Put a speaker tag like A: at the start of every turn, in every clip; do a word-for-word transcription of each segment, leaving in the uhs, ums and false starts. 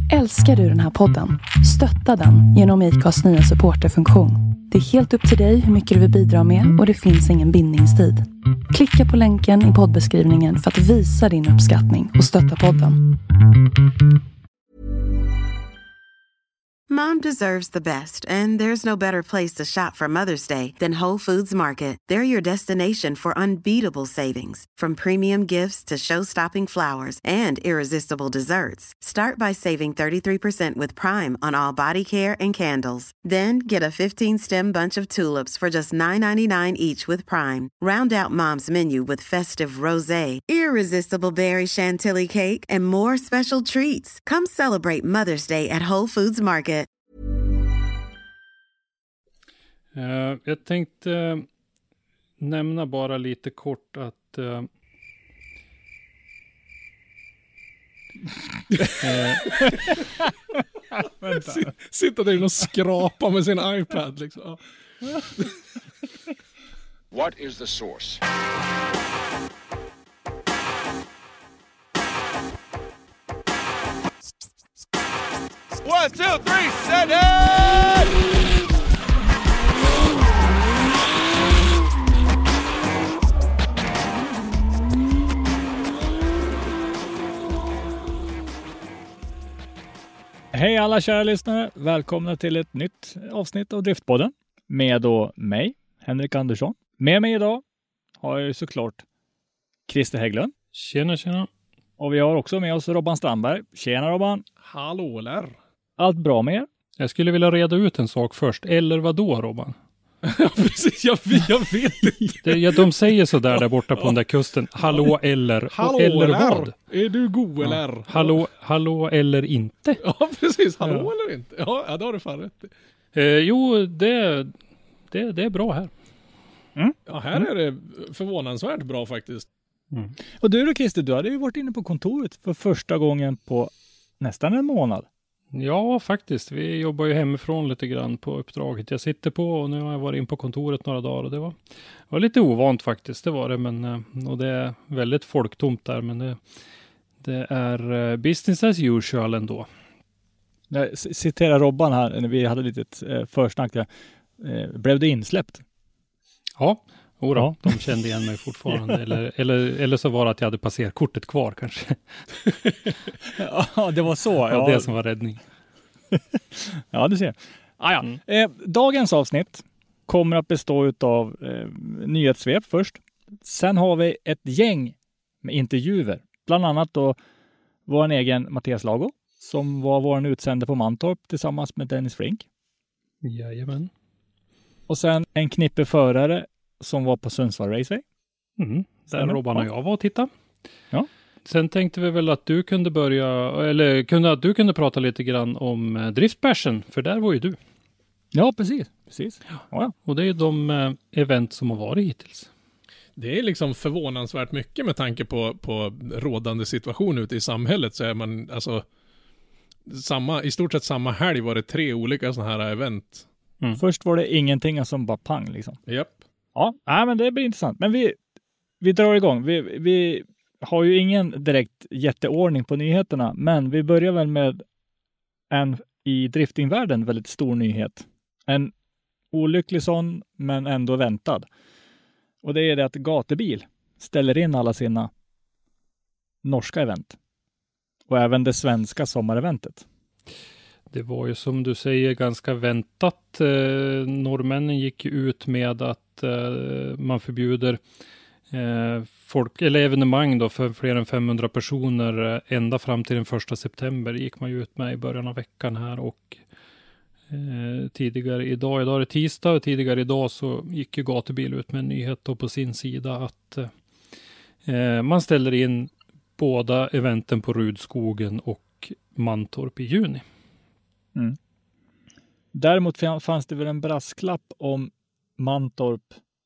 A: Älskar du den här podden? Stötta den genom I C A:s nya supporterfunktion. Det är helt upp till dig hur mycket du vill bidra med och det finns ingen bindningstid. Klicka på länken i poddbeskrivningen för att visa din uppskattning och stötta podden.
B: Mom deserves the best, and there's no better place to shop for Mother's Day than Whole Foods Market. They're your destination for unbeatable savings, from premium gifts to show-stopping flowers and irresistible desserts. Start by saving thirty-three percent with Prime on all body care and candles. Then get a fifteen-stem bunch of tulips for just nine ninety-nine each with Prime. Round out Mom's menu with festive rosé, irresistible berry chantilly cake, and more special treats. Come celebrate Mother's Day at Whole Foods Market.
C: Uh, jag tänkte uh, nämna bara lite kort att uh,
D: Vänta. Sitta där och skrapa med sin iPad liksom.
E: What is the source?
F: One, two, three, set it!
G: Hej alla kära lyssnare, välkomna till ett nytt avsnitt av Driftpodden med då mig, Henrik Andersson. Med mig idag har jag ju såklart Christer Hägglund.
C: Tjena, tjena.
G: Och vi har också med oss Robban Strandberg. Tjena Robban.
D: Hallå där.
G: Allt bra med er?
C: Jag skulle vilja reda ut en sak först. Eller vad då, Robban?
D: Ja, precis. Jag, jag vet inte.
C: Det, ja, de säger så där där borta på den där kusten. Hallå eller.
D: Hallå
C: eller
D: eller.
C: vad?
D: Är du god ja. Eller?
C: Hallå, hallå eller inte?
D: Ja, precis. Hallå
C: ja.
D: Eller inte? Ja, ja, det har du fan rätt.
C: Eh, jo, det, det, det är bra här.
D: Mm. Ja, här mm. är det förvånansvärt bra faktiskt.
G: Mm. Och du då Christer, du hade ju varit inne på kontoret för första gången på nästan en månad.
C: Ja, faktiskt. Vi jobbar ju hemifrån lite grann på uppdraget jag sitter på och nu har jag varit in på kontoret några dagar och det var, var lite ovant faktiskt, det var det. Men, och det är väldigt folktomt där, men det, det är business as usual ändå.
G: Jag citerar Robban här när vi hade lite försnack. Blev det insläppt?
C: Ja. Ora, ja, de kände igen mig fortfarande. eller, eller, eller så var det att jag hade passerkortet kvar kanske.
G: Ja, det var så.
C: Ja,
G: ja.
C: Det som var räddning.
G: Ja, du ser. Ah, ja. mm. eh, dagens avsnitt kommer att bestå av eh, nyhetssvep först. Sen har vi ett gäng med intervjuer. Bland annat då vår egen Mattias Lago som var vår utsände på Mantorp tillsammans med Dennis Frink.
C: Jajamän.
G: Och sen en knippe förare som var på Sundsvall Raceway.
C: Mm, där Robban och jag var och titta.
G: Ja.
C: Sen tänkte vi väl att du kunde börja, eller kunde, att du kunde prata lite grann om driftbashen, för där var ju du.
G: Ja, precis. precis.
C: Ja. Ja, och det är de eh, event som har varit hittills.
D: Det är liksom förvånansvärt mycket med tanke på, på rådande situation ute i samhället, så är man alltså samma, i stort sett samma helg var det tre olika sådana här event.
G: Mm. Först var det ingenting som bara pang liksom.
D: Japp.
G: Ja, nej, men det blir intressant. Men vi, vi drar igång. Vi, vi har ju ingen direkt jätteordning på nyheterna, men vi börjar väl med en i driftingvärlden väldigt stor nyhet. En olycklig sån, men ändå väntad. Och det är det att Gatubil ställer in alla sina norska event. Och även det svenska sommareventet.
C: Det var ju som du säger ganska väntat. Eh, norrmännen gick ju ut med att eh, man förbjuder eh, folk, eller evenemang då för fler än femhundra personer eh, ända fram till den första september gick man ju ut med i början av veckan här och eh, tidigare idag, idag är det tisdag och tidigare idag så gick ju Gatubil ut med en nyhet då på sin sida att eh, man ställer in båda eventen på Rudskogen och Mantorp i juni.
G: Mm. Däremot fanns det väl en brasklapp om Mantorp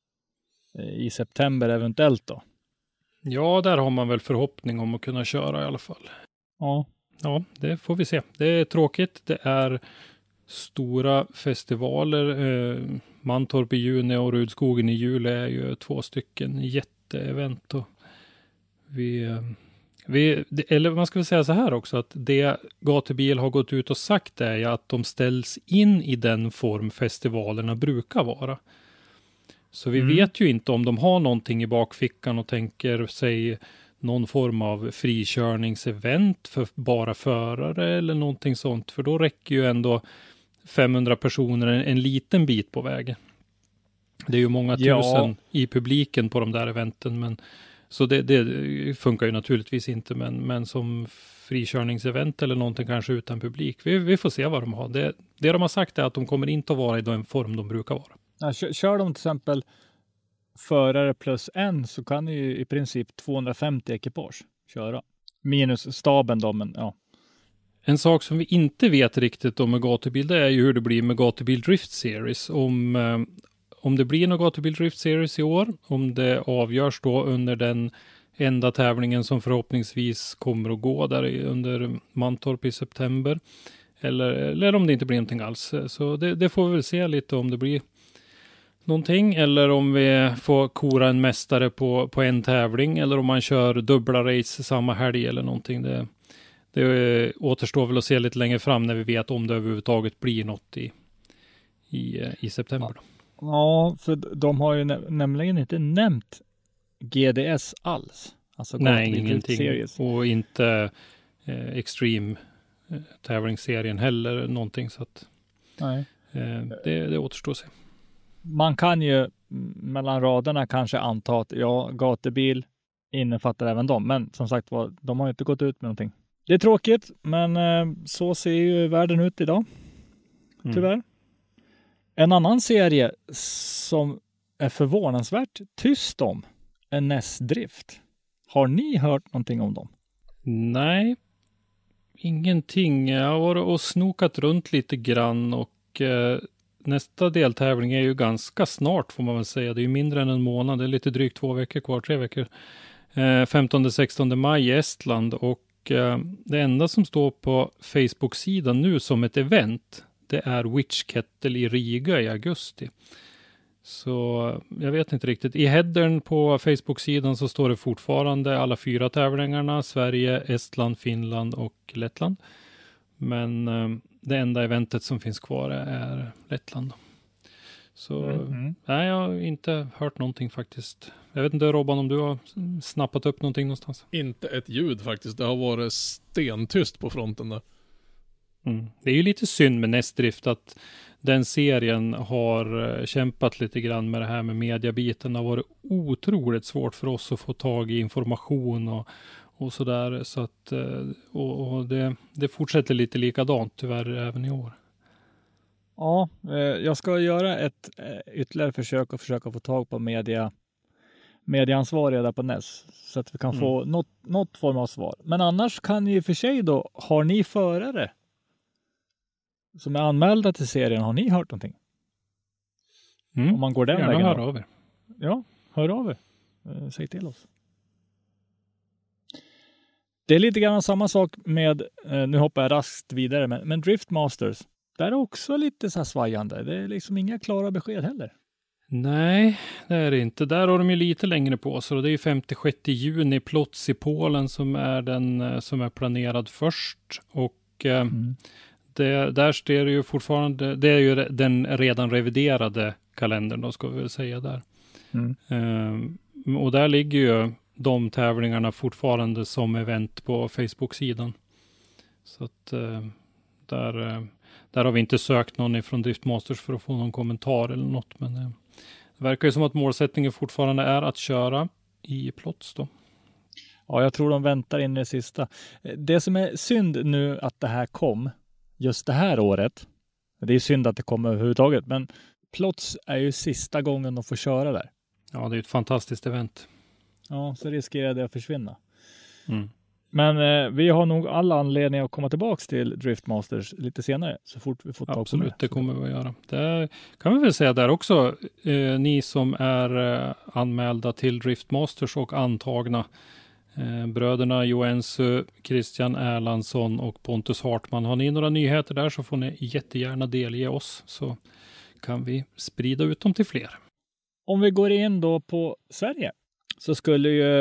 G: i september eventuellt då?
C: Ja, där har man väl förhoppning om att kunna köra i alla fall.
G: Ja.
C: Ja, det får vi se. Det är tråkigt. Det är stora festivaler. Eh, Mantorp i juni och Rudskogen i juli är ju två stycken jätteevent. Och vi, eh, Vi, eller man ska väl säga så här också, att det Gatubil har gått ut och sagt är ju att de ställs in i den form festivalerna brukar vara. Så vi mm. vet ju inte om de har någonting i bakfickan och tänker sig någon form av frikörningsevent för bara förare eller någonting sånt. För då räcker ju ändå femhundra personer en, en liten bit på vägen. Det är ju många tusen ja. i publiken på de där eventen, men så det, det funkar ju naturligtvis inte, men, men som frikörningsevent eller någonting kanske utan publik. Vi, vi får se vad de har. Det, det de har sagt är att de kommer inte att vara i den form de brukar vara.
G: Ja, kör, kör de till exempel förare plus en så kan ju i princip tvåhundrafemtio ekipage köra. Minus staben då, men ja.
C: En sak som vi inte vet riktigt om med Gatubil, det är ju hur det blir med Gatubil Drift Series. Om, eh, om det blir någon Gatubil Drift Series i år, om det avgörs då under den enda tävlingen som förhoppningsvis kommer att gå där i, under Mantorp i september. Eller, eller om det inte blir någonting alls. Så det, det får vi väl se lite om det blir någonting, eller om vi får kora en mästare på, på en tävling, eller om man kör dubbla race samma helg eller någonting. Det, det återstår väl att se lite längre fram när vi vet om det överhuvudtaget blir något i, i, i september. Då.
G: Ja, för de har ju nä- nämligen inte nämnt G D S alls. Alltså
C: nej, ingenting. Series. Och inte eh, Extreme eh, tävlingsserien heller någonting, så att nej. Eh, det, det återstår att se.
G: Man kan ju mellan raderna kanske anta att ja, Gatubil innefattar även dem. Men som sagt var, de har inte gått ut med någonting. Det är tråkigt, men eh, så ser ju världen ut idag. Tyvärr. Mm. En annan serie som är förvånansvärt tyst om är N E S Drift. Har ni hört någonting om dem?
C: Nej, ingenting. Jag har varit och snokat runt lite grann och eh, nästa deltävling är ju ganska snart får man väl säga. Det är ju mindre än en månad. Det är lite drygt två veckor kvar, tre veckor. Eh, femtonde sextonde maj i Estland. Och eh, det enda som står på Facebook-sidan nu som ett event, det är Witch Kettle i Riga i augusti. Så jag vet inte riktigt. I headern på Facebook-sidan så står det fortfarande alla fyra tävlingarna. Sverige, Estland, Finland och Lettland. Men eh, det enda eventet som finns kvar är Lettland. Så mm-hmm. nej, jag har inte hört någonting faktiskt. Jag vet inte, Robban, om du har snappat upp någonting någonstans?
D: Inte ett ljud faktiskt. Det har varit stentyst på fronten där.
C: Mm. Det är ju lite synd med N E S Drift att den serien har kämpat lite grann med det här med mediabiten. Det har varit otroligt svårt för oss att få tag i information och och sådär, så att och, och det, det fortsätter lite likadant tyvärr även i år.
G: Ja, jag ska göra ett ytterligare försök att försöka få tag på media medieansvariga där på N E S så att vi kan mm. få något, något form av svar. Men annars kan ni för sig då, har ni förare som är anmälda till serien, har ni hört någonting?
C: Mm.
G: Om man går den
C: Gärna
G: vägen.
C: Hör av er.
G: Ja, hör av er. Säg till oss. Det är lite grann samma sak med, nu hoppar jag raskt vidare, men, men Drift Masters, där är också lite så här svajande. Det är liksom inga klara besked heller.
C: Nej, det är det inte. Där har de ju lite längre på sig. Det är ju femtiosjätte juni, Plots i Polen som är den som är planerad först. Och mm. det, där står det ju fortfarande, det är ju den redan reviderade kalendern då, ska vi väl säga där. Mm. Um, och där ligger ju de tävlingarna fortfarande som event på Facebook-sidan. Så att uh, där, uh, där har vi inte sökt någon ifrån Drift Masters för att få någon kommentar eller något. Men uh, det verkar ju som att målsättningen fortfarande är att köra i Plots då.
G: Ja, jag tror de väntar in i det sista. Det som är synd nu att det här kom just det här året. Det är synd att det kommer överhuvudtaget, men Plots är ju sista gången de får köra där.
C: Ja, det är ett fantastiskt event.
G: Ja, så riskerar det att försvinna.
C: Mm.
G: Men eh, vi har nog alla anledning att komma tillbaka till Drift Masters lite senare, så fort vi får tag på det.
C: Absolut, det kommer vi att göra. Det kan vi väl säga där också, eh, ni som är eh, anmälda till Drift Masters och antagna, eh, bröderna Joensu, Christian Erlandsson och Pontus Hartman. Har ni några nyheter där så får ni jättegärna delge oss, så kan vi sprida ut dem till fler.
G: Om vi går in då på Sverige, så skulle ju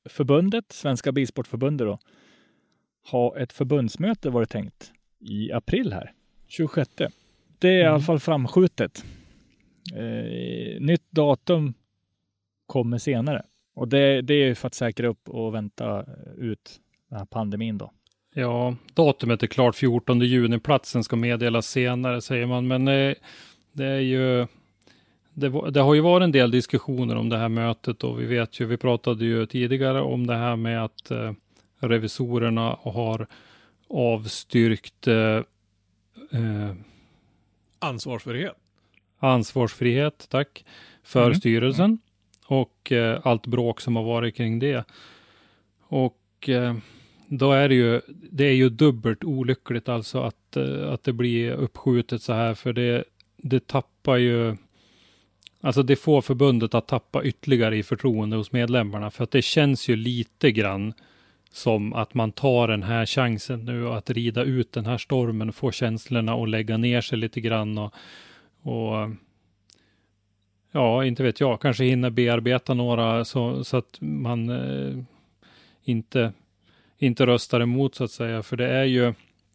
G: förbundet, Svenska Bilsportförbundet då, ha ett förbundsmöte var det tänkt i april här, tjugosjätte. Det är mm. i alla fall framskjutet. Eh, nytt datum kommer senare. Och det, det är för att säkra upp och vänta ut den här pandemin då.
C: Ja, datumet är klart fjortonde juni. Platsen ska meddelas senare säger man. Men eh, det är ju... Det, var, det har ju varit en del diskussioner om det här mötet och vi vet ju, vi pratade ju tidigare om det här med att eh, revisorerna har avstyrkt eh, eh,
D: ansvarsfrihet.
C: Ansvarsfrihet, tack, för
G: mm.
C: styrelsen mm. och eh, allt bråk som har varit kring det. Och eh, då är det ju, det är ju dubbelt olyckligt alltså att, eh, att det blir uppskjutet så här, för det, det tappar ju, alltså det får förbundet att tappa ytterligare i förtroende hos medlemmarna, för att det känns ju lite grann som att man tar den här chansen nu att rida ut den här stormen och få känslorna och lägga ner sig lite grann och, och ja, inte vet jag, kanske hinna bearbeta några så, så att man eh, inte, inte röstar emot så att säga, för det är ju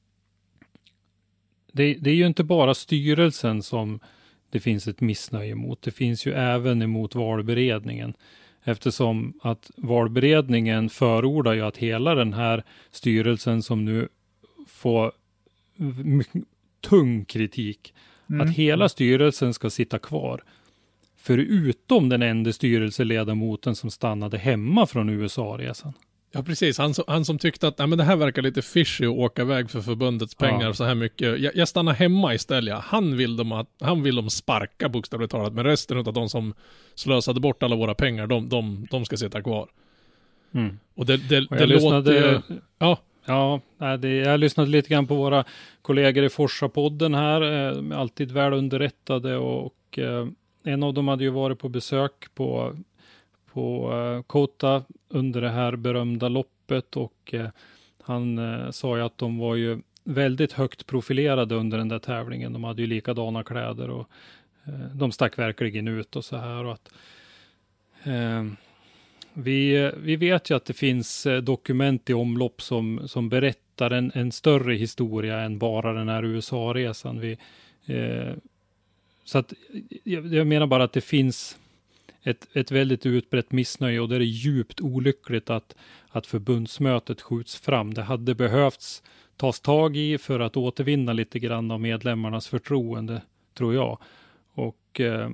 C: det, det är ju inte bara styrelsen som det finns ett missnöje mot, det finns ju även emot valberedningen. Eftersom att valberedningen förordar ju att hela den här styrelsen som nu får mycket tung kritik, mm. att hela styrelsen ska sitta kvar. Förutom den enda styrelseledamoten som stannade hemma från U S A-resan.
D: Ja, precis. Han som, han som tyckte att nej, men det här verkar lite fishy att åka iväg för förbundets pengar ja. så här mycket. Jag, jag stannar hemma istället. Han vill dem att, han vill dem sparka bokstavligt talat. Men resten av de som slösade bort alla våra pengar, de, de, de ska sitta kvar. Mm. Och det, det, och det
C: lyssnade,
D: låter... Ja.
C: Ja, det, jag lyssnade lite grann på våra kollegor i Forsa-podden här. Eh, alltid väl underrättade och eh, en av dem hade ju varit på besök på på uh, Kota under det här berömda loppet och uh, han uh, sa ju att de var ju väldigt högt profilerade under den där tävlingen. De hade ju likadana kläder och uh, de stack verkligen ut och så här. Och att, uh, vi, vi vet ju att det finns uh, dokument i omlopp som, som berättar en, en större historia än bara den här U S A-resan. Vi, uh, så att jag, jag menar bara att det finns Ett, ett väldigt utbrett missnöje och det är djupt olyckligt att, att förbundsmötet skjuts fram. Det hade behövts tas tag i för att återvinna lite grann av medlemmarnas förtroende, tror jag. Och eh,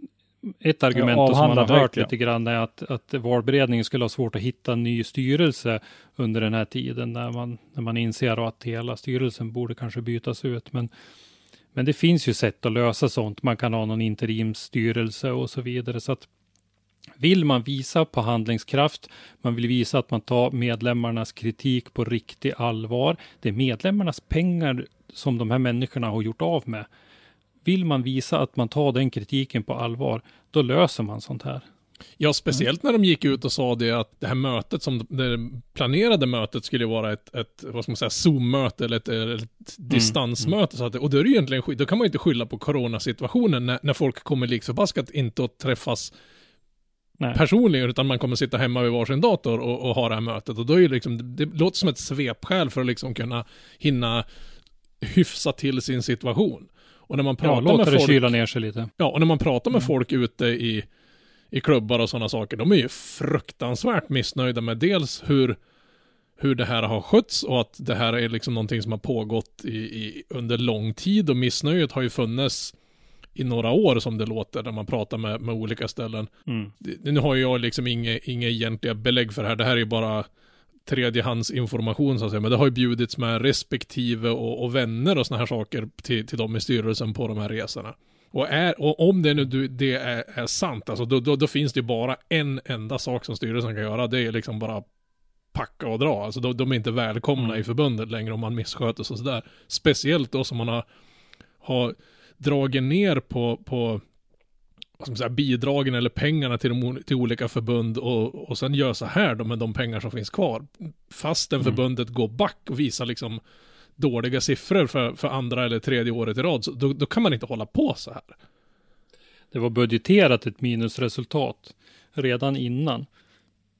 C: ett argument ja, som man har hört direkt, lite ja. grann är att, att valberedningen skulle ha svårt att hitta en ny styrelse under den här tiden när man, när man inser att hela styrelsen borde kanske bytas ut. Men Men det finns ju sätt att lösa sånt. Man kan ha någon interimsstyrelse och så vidare. Så att vill man visa på handlingskraft, man vill visa att man tar medlemmarnas kritik på riktigt allvar. Det är medlemmarnas pengar som de här människorna har gjort av med. Vill man visa att man tar den kritiken på allvar, då löser man sånt här.
D: Ja, speciellt när de gick ut och sa det att det här mötet, som det planerade mötet skulle vara ett, ett vad ska man säga, Zoom-möte eller ett, ett distansmöte. Mm. Så att, och då är det egentligen, då kan man inte skylla på coronasituationen när, när folk kommer liksom förbaskat inte att träffas Nej. personligen, utan man kommer sitta hemma vid varsin dator och, och ha det här mötet. Och då är det liksom, det låter som ett svepskäl för att liksom kunna hinna hyfsa till sin situation. Och när man pratar
C: ja,
D: med
C: folk,
D: det
C: kyla ner sig lite.
D: Ja, och när man pratar med
C: mm.
D: folk ute i i klubbar och sådana saker, de är ju fruktansvärt missnöjda med dels hur, hur det här har skötts och att det här är liksom någonting som har pågått i, i, under lång tid, och missnöjet har ju funnits i några år som det låter när man pratar med, med olika ställen. Mm. Det, nu har jag liksom inga, inga egentliga belägg för det här, det här är ju bara tredjehandsinformation så att säga, men det har ju bjudits med respektive och, och vänner och såna här saker till, till dem i styrelsen på de här resorna. Och, är, och om det nu det är, är sant, alltså då, då, då finns det bara en enda sak som styrelsen kan göra. Det är liksom bara packa och dra. Alltså då, de är inte välkomna mm. i förbundet längre om man missköter sig och sådär. Speciellt då som man har, har dragit ner på, på vad ska man säga, bidragen eller pengarna till, de, till olika förbund och, och sen gör så här då med de pengar som finns kvar. Fastän mm. förbundet går back och visar liksom dåliga siffror för, för andra eller tredje året i rad, så då, då kan man inte hålla på så här.
C: Det var budgeterat ett minusresultat redan innan.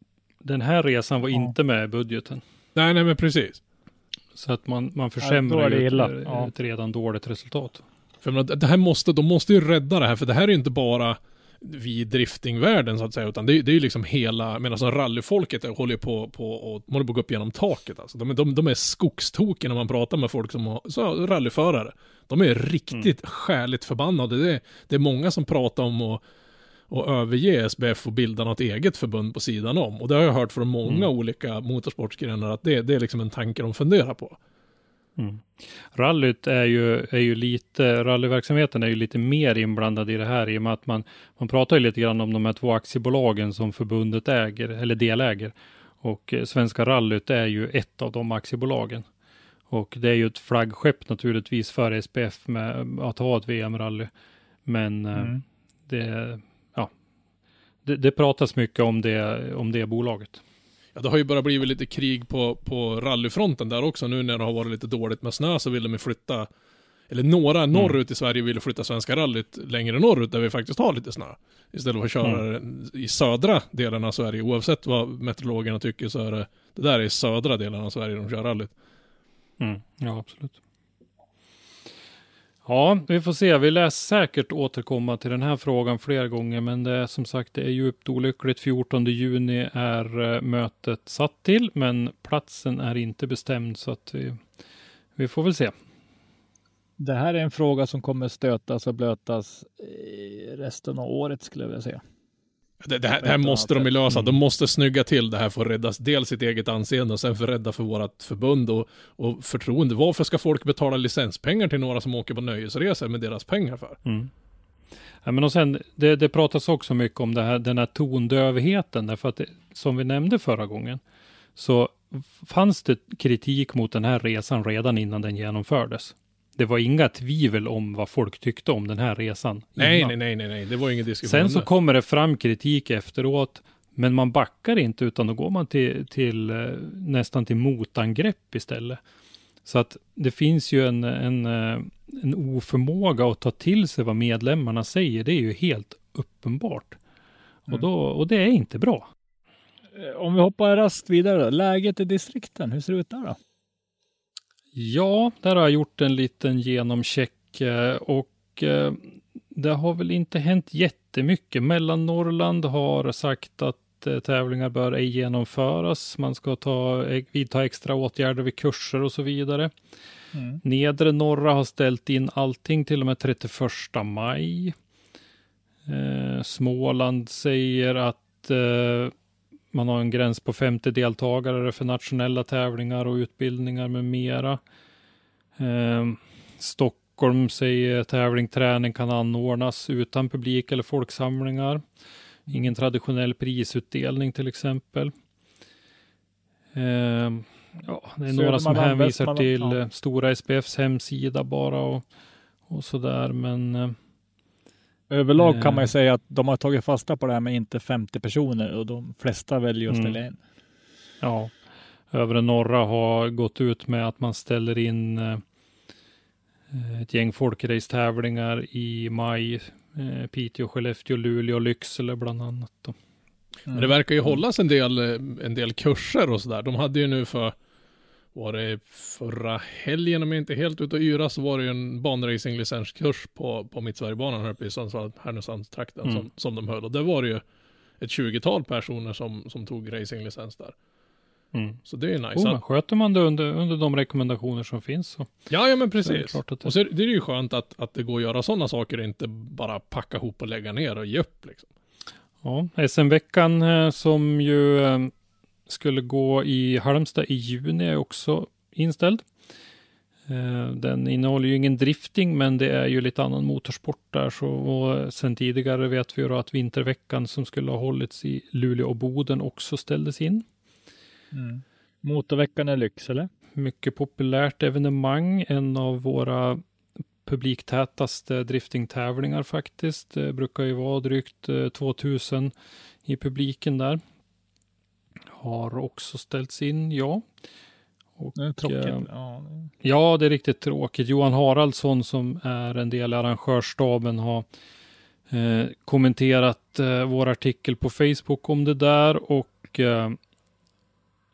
C: den här resan var
G: Ja.
C: inte med i budgeten.
D: Nej, nej men precis.
C: Så att man, man
G: Ja, då
C: försämrar
G: är det
C: ju
G: illa.
C: ett,
G: Ja.
C: ett redan dåligt resultat.
D: För jag menar, det här måste, de måste ju rädda det här, för det här är ju inte bara vi i driftingvärlden så att säga, utan det är, det är ju liksom hela, men alltså rallyfolket är, håller på, på och håller på att gå upp genom taket alltså. De, de, de är skogstokiga när man pratar med folk som har, så, rallyförare. De är riktigt mm. skärligt förbannade. Det är, det är många som pratar om att och överge S B F och bilda något eget förbund på sidan om. Och det har jag hört från många mm. olika motorsportsgrenar att det, det är liksom en tanke de funderar på.
C: Mm. Rallyt är ju, är ju lite, rallyverksamheten är ju lite mer inblandad i det här i och med att man, man pratar ju lite grann om de här två aktiebolagen som förbundet äger eller deläger. Och eh, Svenska rallyt är ju ett av de aktiebolagen. Och det är ju ett flaggskepp naturligtvis för S B F med att ha ett V M-rally. Men mm. eh, det, ja, det, det pratas mycket om det, om det bolaget.
D: Ja, det har ju bara blivit lite krig på, på rallyfronten där också. Nu när det har varit lite dåligt med snö så vill de flytta, eller några mm. norrut i Sverige vill flytta Svenska rallyt längre norrut där vi faktiskt har lite snö. Istället för att köra mm. i södra delen av Sverige. Oavsett vad meteorologerna tycker så är det, det där är i södra delen av Sverige de kör rallyt.
C: Mm. Ja, absolut. Ja, vi får se. Vi lär säkert återkomma till den här frågan flera gånger, men det är som sagt, det är djupt olyckligt. fjortonde juni är uh, mötet satt till, men platsen är inte bestämd så att vi, vi får väl se.
G: Det här är en fråga som kommer stötas och blötas resten av året skulle jag vilja säga.
D: Det, det, här, det här måste de ju lösa. De måste snygga till det här för att rädda dels sitt eget anseende och sen för att rädda för vårat förbund och, och förtroende. Varför ska folk betala licenspengar till några som åker på nöjesresor med deras pengar för?
C: Mm. Ja, men och sen, det, det pratas också mycket om det här, den här tondövheten. Därför att det, som vi nämnde förra gången så fanns det kritik mot den här resan redan innan den genomfördes. Det var inga tvivel om vad folk tyckte om den här resan.
D: Nej, nej, nej, nej, nej. Det var ingen diskussion.
C: Sen så kommer det fram kritik efteråt, men man backar inte utan då går man till, till nästan till motangrepp istället. Så att det finns ju en, en, en oförmåga att ta till sig vad medlemmarna säger. Det är ju helt uppenbart. Mm. Och, då, och det är inte bra.
G: Om vi hoppar raskt vidare då. Läget i distrikten, hur ser det ut där då?
C: Ja, där har jag gjort en liten genomcheck och det har väl inte hänt jättemycket. Mellannorrland har sagt att tävlingar bör ej genomföras. Man ska ta, vidta extra åtgärder vid kurser och så vidare. Mm. Nedre norra har ställt in allting till och med trettioförsta maj. Eh, Småland säger att eh, man har en gräns på femtio deltagare för nationella tävlingar och utbildningar med mera. Eh, Stockholm säger att tävling, träning kan anordnas utan publik eller folksamlingar. Ingen traditionell prisutdelning till exempel. Eh, ja, det är
G: så
C: några som hänvisar
G: man,
C: till
G: ja.
C: stora S B F:s hemsida bara och, och sådär. Men eh,
G: överlag
C: eh,
G: kan man ju säga att de har tagit fasta på det här med inte femtio personer och de flesta väljer att ställa in. Mm.
C: Ja, övre norra har gått ut med att man ställer in eh, ett gäng folkrace-tävlingar i maj. Eh, Piteå, Skellefteå, Luleå och Lycksele bland annat. Då.
D: Mm. Men det verkar ju hållas en del, en del kurser och sådär. De hade ju nu för, var det förra helgen om jag inte helt ute och yra, så var det ju en banracing-licenskurs på, på Mittsverigebanan här uppe i Sundsvall, Härnösandstrakten mm. som, som de höll. Och det var det ju ett tjugotal personer som, som tog racinglicens där.
C: Mm.
D: Så det är nice.
C: Oh, men sköter man det under, under de rekommendationer som finns så.
D: Ja, ja men precis.
C: Så det...
D: Och så är det är ju skönt att, att det går att göra sådana saker och inte bara packa ihop och lägga ner och ge upp liksom.
C: Ja, S M-veckan eh, som ju eh, skulle gå i Halmstad i juni är också inställd. Eh, den innehåller ju ingen drifting, men det är ju lite annan motorsport där. Så, och sen tidigare vet vi ju att vinterveckan som skulle ha hållits i Luleå och Boden också ställdes in.
G: Mm. Motorveckan är Lycksele.
C: Mycket populärt evenemang. En av våra publiktätaste driftingtävlingar faktiskt. Det brukar ju vara drygt tvåtusen i publiken där. Har också ställts in, ja. Och,
G: det är tråkigt.
C: Eh,
G: ja.
C: ja, det är riktigt tråkigt. Johan Haraldsson som är en del i arrangörsstaben har eh, kommenterat eh, vår artikel på Facebook om det där och eh,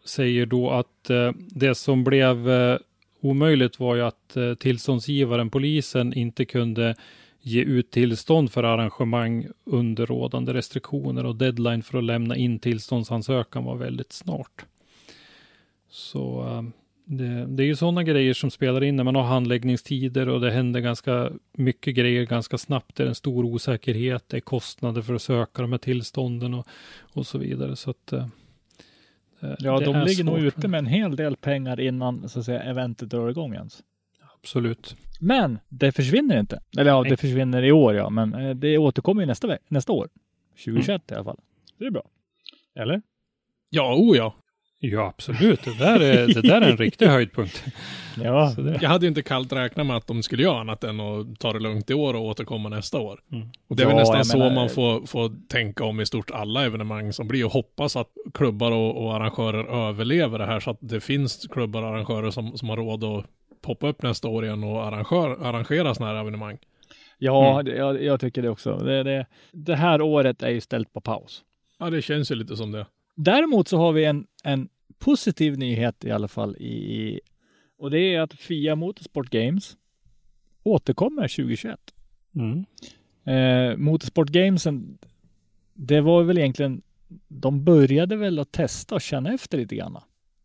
C: säger då att eh, det som blev eh, omöjligt var ju att eh, tillståndsgivaren, polisen, inte kunde ge ut tillstånd för arrangemang under rådande restriktioner, och deadline för att lämna in tillståndsansökan var väldigt snart. Så eh, det, det är ju sådana grejer som spelar in när man har handläggningstider, och det händer ganska mycket grejer ganska snabbt. Det är en stor osäkerhet, det är kostnader för att söka de här tillstånden och, och så vidare. Så att, eh,
G: ja,
C: det
G: de
C: är
G: ligger
C: svårt.
G: nog ute med en hel del pengar innan, så att säga, eventet drar igång ens.
C: Absolut.
G: Men det försvinner inte. Eller ja,
C: Nej.
G: det försvinner i år, ja. Men eh, det återkommer ju nästa, ve- nästa år. tjugohundratjugoett mm. i alla fall. Det är bra. Eller?
D: Ja, oh ja.
C: Ja, absolut. Det där är, det där är en riktig höjdpunkt.
G: Ja.
C: Så det,
D: Jag hade ju inte kallt räknat med att de skulle göra annat än att ta det lugnt i år och återkomma nästa år.
C: Mm.
D: Och det är väl
G: Ja,
D: nästan
G: jag
D: så
G: menar-
D: man får, får tänka om i stort alla evenemang som blir, och hoppas att klubbar och, och arrangörer överlever det här, så att det finns klubbar och arrangörer som, som har råd att poppa upp nästa år igen och arrangör, arrangera sådana här evenemang.
G: Ja,
C: Mm.
G: det, jag, jag tycker det också. Det, det, det här året är ju ställt på paus.
D: Ja, det känns ju lite som det.
G: Däremot så har vi en, en positiv nyhet i alla fall i, i och det är att F I A Motorsport Games återkommer tjugohundratjugoett.
C: mm.
G: Eh, Motorsport Gamesen, det var väl egentligen, de började väl att testa och känna efter lite grann.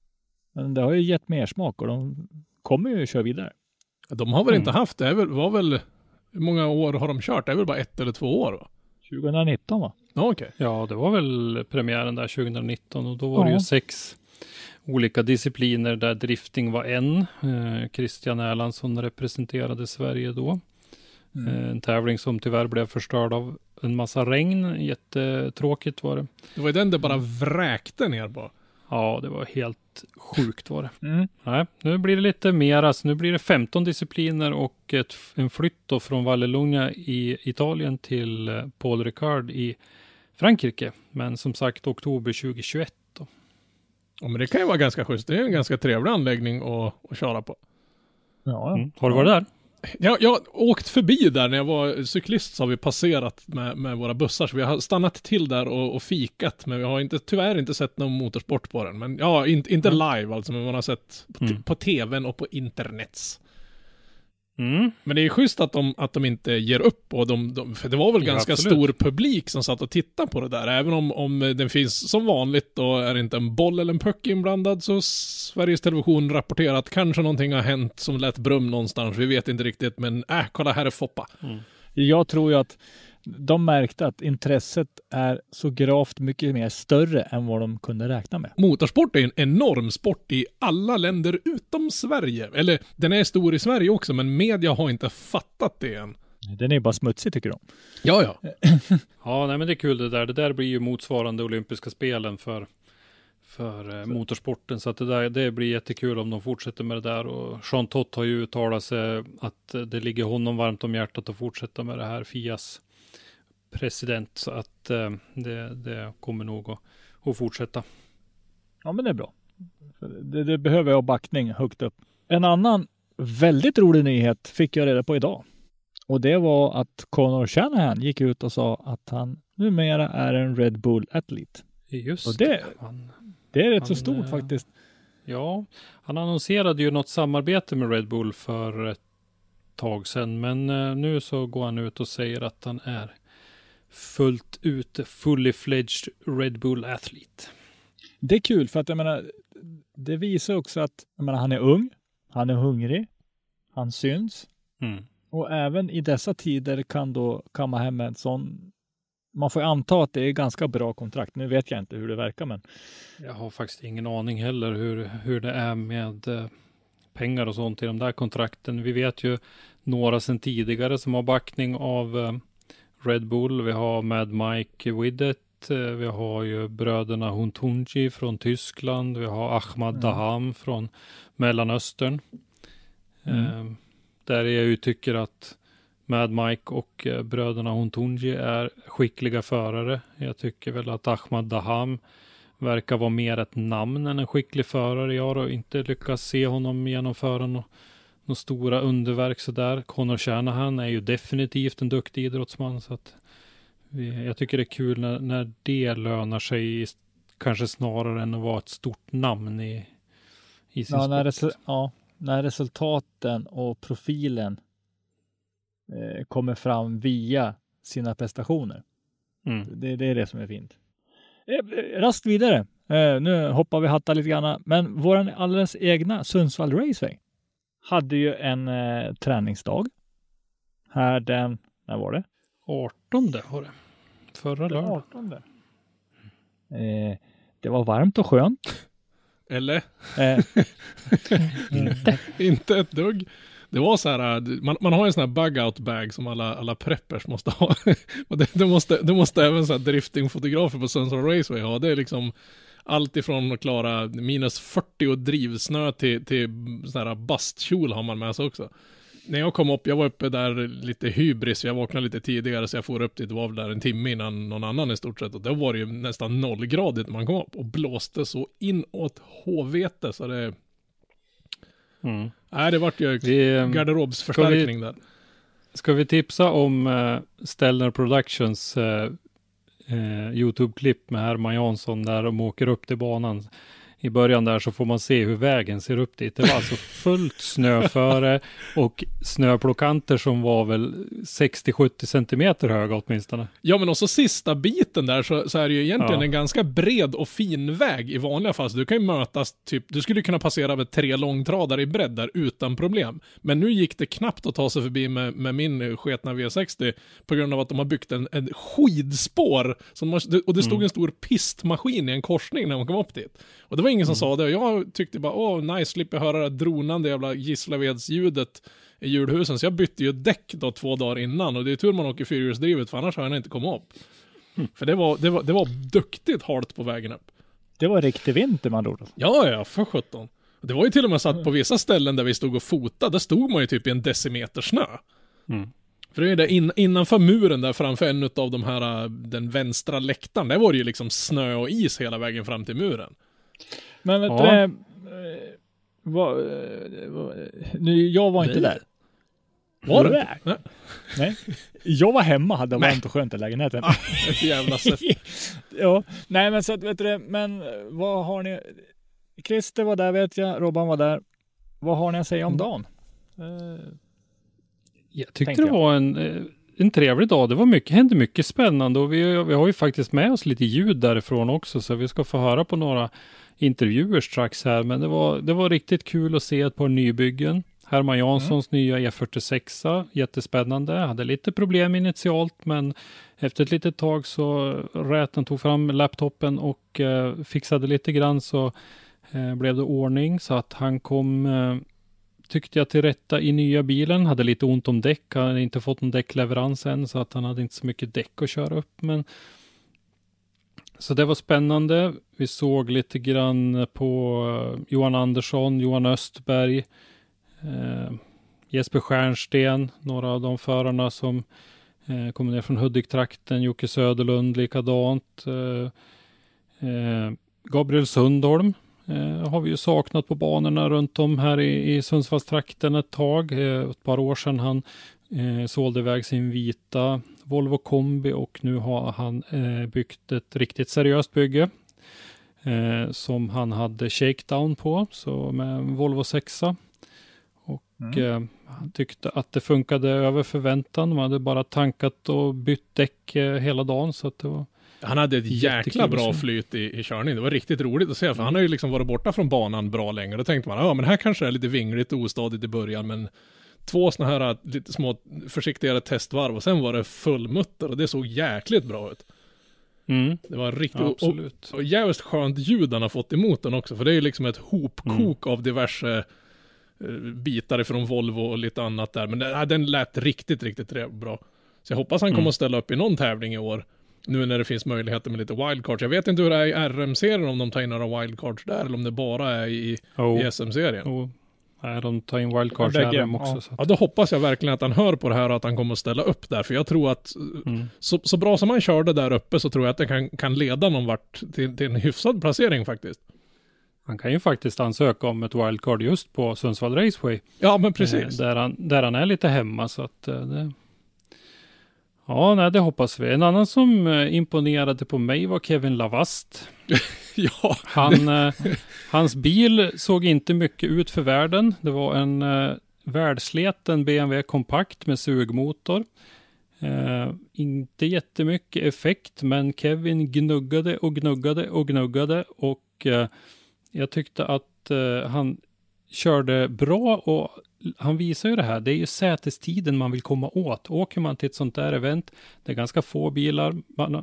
G: Men det har ju gett mer smak, och de kommer ju köra vidare.
D: De har väl
C: Mm.
D: inte haft, det är väl, var väl, hur många år har de kört? Det är väl bara ett eller två år, va?
G: tjugonitton, va?
D: Ja, okej.
C: Ja, det var väl premiären där tjugonitton, och då var det
G: Ja.
C: ju sex olika discipliner där drifting var en. Eh, Christian Erlandsson representerade Sverige då.
G: Mm.
C: Eh, en tävling som tyvärr blev förstörd av en massa regn. Jättetråkigt var det.
D: Det var ju den det bara vräkte ner på.
C: Ja, det var helt sjukt var det.
G: Mm.
C: Nej, nu blir det lite mer. Alltså, nu blir det femton discipliner och ett, en flytt då från Vallelunga i Italien till eh, Paul Ricard i Frankrike. Men som sagt, oktober tjugohundratjugoett. Då.
D: Ja, men det kan ju vara ganska schysst. Det är en ganska trevlig anläggning att, att köra på.
G: Ja,
C: Mm. Har du varit där?
D: Jag, jag har åkt förbi där när jag var cyklist, så har vi passerat med, med våra bussar, så vi har stannat till där och, och fikat, men vi har inte, tyvärr inte sett någon motorsport på den. Men ja, inte, inte live alltså, men man har sett på, t-
C: Mm.
D: på tvn och på internets.
C: Mm.
D: Men det är schysst att de, att de inte ger upp, och de, de, för det var väl
C: Ja,
D: ganska
C: absolut.
D: stor publik som satt och tittade på det där, även om, om den finns som vanligt och är inte en boll eller en puck inblandad, så Sveriges Television rapporterar att kanske någonting har hänt som lät brum någonstans, vi vet inte riktigt, men äh, kolla här är Foppa.
G: Jag tror ju att de märkte att intresset är så gravt mycket mer större än vad de kunde räkna med.
D: Motorsport är en enorm sport i alla länder utom Sverige. Eller, den är stor i Sverige också, men media har inte fattat det än.
G: Den är ju bara smutsig, tycker de.
D: Ja, ja.
C: Ja, nej, men det är kul det där. Det där blir ju motsvarande olympiska spelen för, för eh, motorsporten. Så att det, där, det blir jättekul om de fortsätter med det där. Och Jean Todt har ju uttalat sig att eh, det ligger honom varmt om hjärtat att fortsätta med det här, F I As president. Så att eh, det, det kommer nog att, att fortsätta.
G: Ja, men det är bra. Det, det behöver jag backning högt upp. En annan väldigt rolig nyhet fick jag reda på idag. Och det var att Conor Shanahan gick ut och sa att han numera är en Red Bull-atlet.
C: Just
G: Och det-
C: Han,
G: Det är rätt
C: Han,
G: så stort
C: eh,
G: faktiskt.
C: ja, han annonserade ju något samarbete med Red Bull för ett tag sedan. Men eh, nu så går han ut och säger att han är fullt ut, fully fledged Red Bull-athlete.
G: Det är kul för att jag menar, det visar också att jag menar, han är ung, han är hungrig, han syns.
C: Mm.
G: Och även i dessa tider kan då komma hem med en sån, man får ju anta att det är ganska bra kontrakt. Nu vet jag inte hur det verkar, men
C: Jag har faktiskt ingen aning heller hur, hur det är med eh, pengar och sånt i de där kontrakten. Vi vet ju några sedan tidigare som har backning av eh, Red Bull. Vi har Mad Mike Widdet. Eh, vi har ju bröderna Huntunji från Tyskland. Vi har Ahmad
G: Mm.
C: Daham från Mellanöstern.
G: Mm.
C: Eh, där jag ju tycker att Mad Mike och eh, bröderna Huntunji är skickliga förare. Jag tycker väl att Ahmad Daham verkar vara mer ett namn än en skicklig förare. Jag har inte lyckats se honom genomföra några no stora underverk sådär. Conor Shanahan är ju definitivt en duktig idrottsman. Så att vi, jag tycker det är kul när, när det lönar sig i kanske snarare än att vara ett stort namn i, i sin
G: ja, när
C: sport.
G: resu- ja, när resultaten och profilen eh, kommer fram via sina prestationer.
C: Mm.
G: Det, det är det som är fint. Eh, Rast vidare. Eh, nu hoppar vi hatta lite grann. Men vår alldeles egna Sundsvall Raceway hade ju en eh, träningsdag. Här den, när var det?
C: artonde var det. Förra lördagen.
G: artonde. Eh, det var varmt och skönt.
D: Eller?
G: Eh,
C: Inte.
D: Inte ett dugg. Det var så här, man, man har en sån här bug-out bag som alla, alla preppers måste ha. Och det, det, måste, det måste även så här driftingfotografer på Sundsvall Raceway ha. Det är liksom allt ifrån att klara minus fyrtio och drivsnö till, till sån här bastkjol har man med sig också. När jag kom upp, jag var uppe där lite hybris, jag vaknade lite tidigare så jag får upp dit, det var väl där en timme innan någon annan i stort sett. Och då var det ju nästan nollgradigt när man kom upp och blåste så inåt håvete så det...
C: Mm.
D: Nej, det vart ju
C: Vi,
D: garderobsförstärkning
C: vi,
D: där.
C: Ska vi tipsa om uh, Stellar Productions uh, uh, YouTube-klipp med Herman Jansson där de åker upp till banan. I början där så får man se hur vägen ser upp dit. Det var alltså fullt snö före och snöplockanter som var väl sextio till sjuttio centimeter höga åtminstone.
D: Ja, men också sista biten där så, så är det ju egentligen
C: Ja.
D: en ganska bred och fin väg i vanliga fall. Så du kan ju mötas typ, du skulle kunna passera med tre långtradare i bredd där utan problem. Men nu gick det knappt att ta sig förbi med, med min sketna V sextio på grund av att de har byggt en, en skidspår som man, och det stod
C: Mm.
D: en stor pistmaskin i en korsning när man kom upp dit. Och det var ingen som sa det. Och jag tyckte bara, åh nice, slipper höra det dronande jävla Gislaveds-ljudet i hjulhusen. Så jag bytte ju däck då två dagar innan. Och det är tur man åker fyrhjulsdrivet, för annars har jag inte kommit upp. Mm. För det var, det, var, det var duktigt halt på vägen upp.
G: det var riktig vinter man ord.
D: Ja, ja, för sjutton. Det var ju till och med så att på vissa ställen där vi stod och fotade, där stod man ju typ i en decimeter snö.
C: Mm.
D: För det är det in, innanför muren där framför en av de här, den vänstra läktaren, där var det ju liksom snö och is hela vägen fram till muren.
G: Men vet
C: Ja.
G: du, eh, vad, eh, vad, nu, jag var inte
D: Nej.
G: där.
D: Var du?
G: Nej.
D: Nej.
G: Nej. Jag var hemma, hade
D: Nej.
G: varmt och skönt i lägenheten.
D: Ett jävla sätt.
G: Ja, nej men så att, vet du, men vad har ni? Christer var där vet jag, Robban var där. Vad har ni att säga om dagen? Eh,
C: Jag tyckte
G: Tänkte
C: det
G: jag.
C: var en, eh, en trevlig dag. Det var mycket, hände mycket spännande och vi, vi har ju faktiskt med oss lite ljud därifrån också, så vi ska få höra på några intervjuer strax här. Men det var, det var riktigt kul att se ett par nybyggen. Herman Janssons mm. nya E fyrtiosex, jättespännande. Hade lite problem initialt, men efter ett litet tag så rät han, tog fram laptopen och eh, fixade lite grann, så eh, blev det ordning så att han kom, eh, tyckte jag, till rätta i nya bilen. Hade lite ont om däck, han hade inte fått någon däckleverans än, så att han hade inte så mycket däck att köra upp, men så det var spännande. Vi såg lite grann på Johan Andersson, Johan Östberg, eh, Jesper Stjärnsten, några av de förarna som eh, kommer ner från Hudik-trakten, Jocke Söderlund likadant. Eh, eh, Gabriel Sundholm eh, har vi ju saknat på banorna runt om här i, i Sundsvallstrakten ett tag. Eh, ett par år sedan han eh, sålde iväg sin vita Volvo kombi och nu har han eh, byggt ett riktigt seriöst bygge eh, som han hade shakedown på, så med en Volvo sexa. Och
G: Mm.
C: eh, han tyckte att det funkade över förväntan. Man hade bara tankat och bytt däck eh, hela dagen, så att det var
D: Han hade ett jäkla
C: jättekul
D: bra
C: att se.
D: flyt i, i körning. Det var riktigt roligt att se, för han har ju liksom varit borta från banan bra länge. Då tänkte man, ja men här kanske det är lite vingligt och ostadigt i början, men två såna här lite små försiktigare testvarv och sen var det fullmutter och det såg jäkligt bra ut.
C: Mm.
D: Det var riktigt,
C: Ja,
D: och,
C: absolut.
D: och jävligt skönt ljud han har fått emot den också, för det är ju liksom ett hopkok
C: Mm.
D: av diverse eh, bitar ifrån Volvo och lite annat där. Men den, den lät riktigt, riktigt bra. Så jag hoppas han kommer
C: Mm.
D: att ställa upp i någon tävling i år. Nu när det finns möjligheter med lite wildcards. Jag vet inte hur det är i R M-serien, om de tar in några wildcards där, eller om det bara är i,
C: Oh.
D: i S M-serien.
C: Och, nej, de tar in wildcards
G: Ja, bägge,
C: här också.
G: ja.
C: Så att,
D: Ja, då hoppas jag verkligen att han hör på det här och att han kommer att ställa upp där. För jag tror att
C: mm.
D: så, så bra som han körde där uppe, så tror jag att det kan, kan leda någon vart till, till en hyfsad placering faktiskt.
C: Han kan ju faktiskt ansöka om ett wildcard just på Sundsvall Raceway.
D: Ja, men
C: Eh,
D: precis.
C: där, han, där han är lite hemma, så att eh, det... Ja, nej, det hoppas vi. En annan som eh, imponerade på mig var Kevin Lavast.
D: Ja.
C: Han, eh, hans bil såg inte mycket ut för världen. Det var en eh, världsleten B M W kompakt med sugmotor. Eh, inte jättemycket effekt, men Kevin gnuggade och gnuggade och gnuggade och eh, jag tyckte att eh, han körde bra och han visar ju det här. Det är ju sätestiden man vill komma åt. Åker man till ett sånt där event, det är ganska få bilar. Man...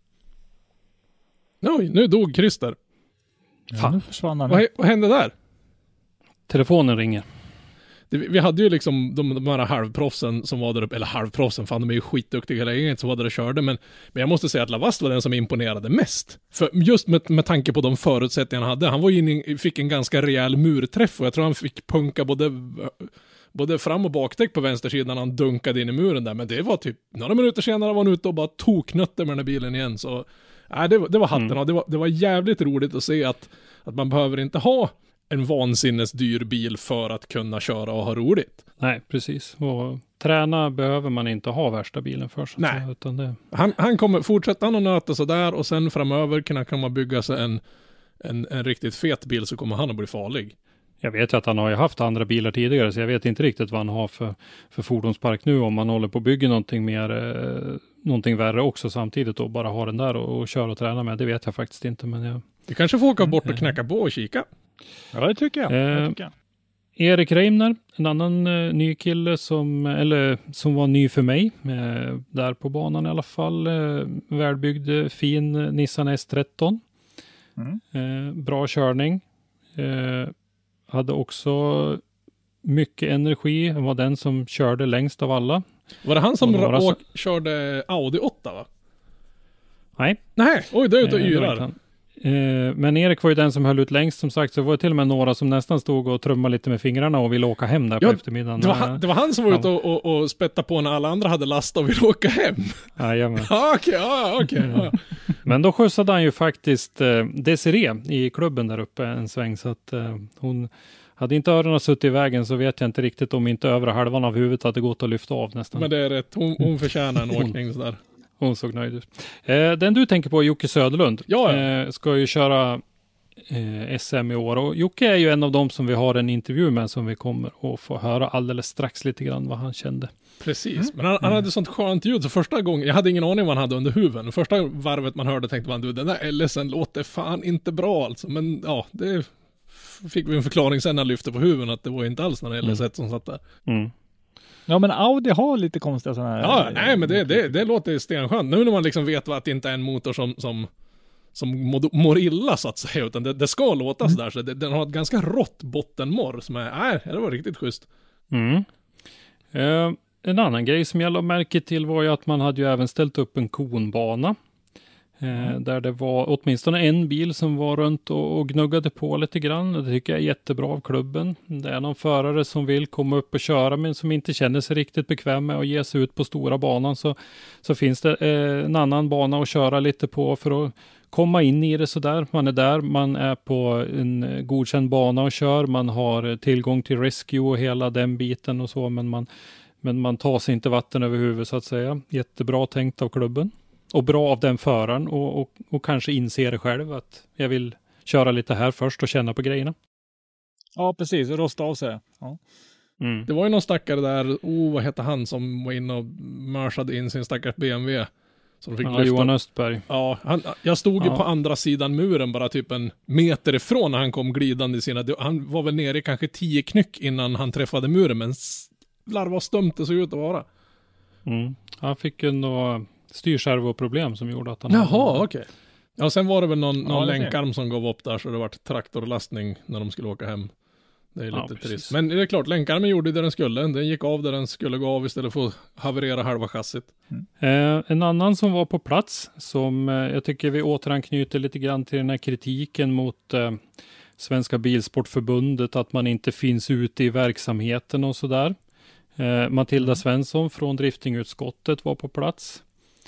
D: Oj, nu dog Christer.
G: Ja, nu försvann han.
D: Vad, vad hände där?
C: Telefonen ringer.
D: Det, vi hade ju liksom de, de här halvproffsen som var där uppe, eller halvproffsen, fan de är ju skitduktiga hela gänget som var där och körde, men, men jag måste säga att Lavast var den som imponerade mest. För just med, med tanke på de förutsättningar han hade, han var in, fick en ganska rejäl murträff och jag tror han fick punka både, både fram- och bakdäck på vänstersidan när han dunkade in i muren där, men det var typ, några minuter senare var han ute och bara toknötte med den här bilen igen, så nej, det, det var hatten mm. och det var, det var jävligt roligt att se att, att man behöver inte ha en vansinnesdyr bil för att kunna köra och ha roligt.
C: Nej, precis. Och träna behöver man inte ha värsta bilen för. Så
D: Nej.
C: Så, utan det...
D: han, han kommer fortsätta att nöta sådär och sen framöver kan, kan man bygga sig en, en, en riktigt fet bil så kommer han att bli farlig.
C: Jag vet ju att han har ju haft andra bilar tidigare så jag vet inte riktigt vad han har för, för fordonspark nu. Om man håller på att bygga någonting mer, eh, någonting värre också samtidigt och bara ha den där och, och köra och träna med. Det vet jag faktiskt inte. Men jag...
D: Du kanske får åka bort och knacka på och kika.
G: Ja, det tycker jag.
C: Eh,
G: det tycker jag.
C: Erik Reimner, en annan eh, ny kille som, eller, som var ny för mig. Eh, där på banan i alla fall. Eh, välbyggd, fin Nissan S tretton.
G: Mm.
C: Eh, bra körning. Eh, hade också mycket energi. Han var den som körde längst av alla.
D: Var det han som
C: några...
D: åk, körde Audi åtta va?
C: Nej.
D: Nej, oj, det är ute och
C: Eh,
D: yrar.
C: Eh, men Erik var ju den som höll ut längst som sagt. Så det var till och med några som nästan stod och trummade lite med fingrarna och ville åka hem där
D: ja,
C: på eftermiddagen.
D: Det var, han, det var han som var ute och, och, och spätta på när alla andra hade lastat och ville åka hem.
C: Jajamän.
D: Ja, okej, ja, okej. Ja.
C: Men då skjutsade han ju faktiskt eh, Desiree i klubben där uppe en sväng. Så att eh, hon hade inte öronen suttit i vägen så vet jag inte riktigt om inte övre halvan av huvudet hade gått att lyfta av nästan.
D: Men det är rätt. Hon, hon förtjänar en åkning sådär.
C: Hon såg nöjd ut. Eh, den du tänker på är Jocke Söderlund.
D: Ja, ja.
C: Eh, ska ju köra eh, S M i år. Och Jocke är ju en av dem som vi har en intervju med som vi kommer att få höra alldeles strax lite grann vad han kände.
D: Precis,
C: Mm.
D: men han, han hade sånt skönt ljud så första gången, jag hade ingen aning vad han hade under huven. Första varvet man hörde tänkte man, du den där L S en låter fan inte bra alltså. Men ja, det fick vi en förklaring sen när han lyfte på huven att det var inte alls någon L S ett som satt där.
C: Mm.
G: Ja, men Audi har lite konstiga sådana här...
D: Ja, nej men det, det, det låter stenskönt. Nu när man liksom vet att det inte är en motor som, som, som mår, mår illa så att säga, utan det, det ska låta mm. sådär. Så det, den har ett ganska rått bottenmorr som är, nej, det var riktigt schysst.
C: Mm. Eh, en annan grej som jag la märke till var ju att man hade ju även ställt upp en konbana. Eh, mm. Där det var åtminstone en bil som var runt och, och gnuggade på lite grann. Det tycker jag är jättebra av klubben. Det är någon förare som vill komma upp och köra men som inte känner sig riktigt bekväm med att ge sig ut på stora banan. Så, så finns det eh, en annan bana att köra lite på för att komma in i det sådär. Man är där, man är på en godkänd bana och kör. Man har tillgång till rescue och hela den biten och så. Men man, men man tar sig inte vatten över huvudet så att säga. Jättebra tänkt av klubben. Och bra av den föraren och, och, och kanske inser det själv att jag vill köra lite här först och känna på grejerna.
G: Ja, precis. Och rosta av sig. Ja.
C: Mm.
D: Det var ju någon stackare där, oh vad hette han som var inne och mörsade in sin stackars B M W. Som fick
C: Ja,
D: lyfta.
C: Johan Östberg.
D: Ja, han, jag stod ju
C: Ja.
D: på andra sidan muren bara typ en meter ifrån när han kom glidande i sina, han var väl nere i kanske tio knyck innan han träffade muren, men larva vad stumt det såg ut att vara.
C: Mm. Han fick ju några styrservoproblem som gjorde att han...
D: Jaha, okej. Okay. Ja, sen var det väl någon, någon
G: Ja,
D: länkarm som gav upp där så det var traktorlastning när de skulle åka hem. Det är lite
C: Ja,
D: trist. Men det är klart, länkarmen gjorde det den skulle. Den gick av där den skulle gå av istället för att haverera halva chassit.
C: Mm. Eh, en annan som var på plats som eh, jag tycker vi återanknyter lite grann till den här kritiken mot eh, Svenska Bilsportförbundet att man inte finns ute i verksamheten och sådär. Eh, Matilda Svensson från driftingutskottet var på plats.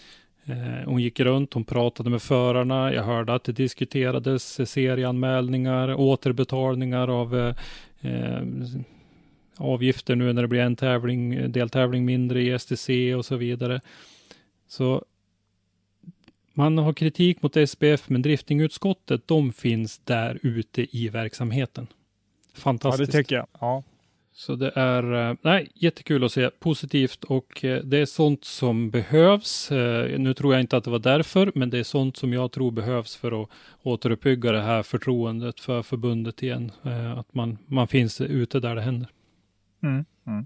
C: Eh, hon gick runt, hon pratade med förarna. Jag hörde att det diskuterades serieanmälningar, återbetalningar av eh, eh, avgifter nu när det blir en tävling, deltävling mindre i S T C och så vidare. Så man har kritik mot S B F, men driftingutskottet, de finns där ute i verksamheten. Fantastiskt.
G: Ja, det tycker jag. Ja.
C: Så det är nej, jättekul att se, positivt, och det är sånt som behövs. Nu tror jag inte att det var därför, men det är sånt som jag tror behövs för att återuppbygga det här förtroendet för förbundet igen. Att man, man finns ute där det händer.
G: Mm. Mm.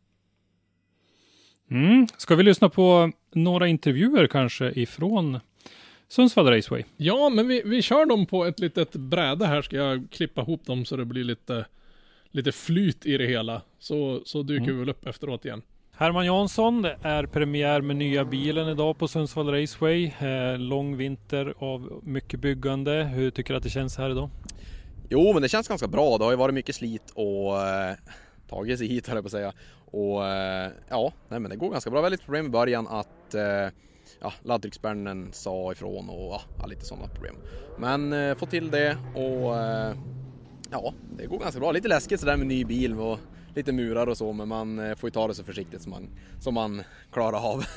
C: Mm. Ska vi lyssna på några intervjuer kanske ifrån Sundsvall Raceway?
D: Ja, men vi, vi kör dem på ett litet bräde här. Ska jag klippa ihop dem så det blir lite, lite flyt i det hela. Så, så dyker mm. vi väl upp efteråt igen.
C: Herman Jansson, det är premiär med nya bilen idag på Sundsvall Raceway. Eh, lång vinter av mycket byggande. Hur tycker du att det känns här idag?
H: Jo, men det känns ganska bra. Det har ju varit mycket slit och eh, tagit sig hit, höll jag på att säga. Och eh, ja, nej, men det går ganska bra. Väldigt problem i början att eh, ja, laddtrycksspärren sa ifrån och ja, lite sådana problem. Men eh, få till det och eh, ja, det går ganska bra. Lite läskigt sådär med ny bil och lite murar och så, men man eh, får ju ta det så försiktigt som man, som man klarar av.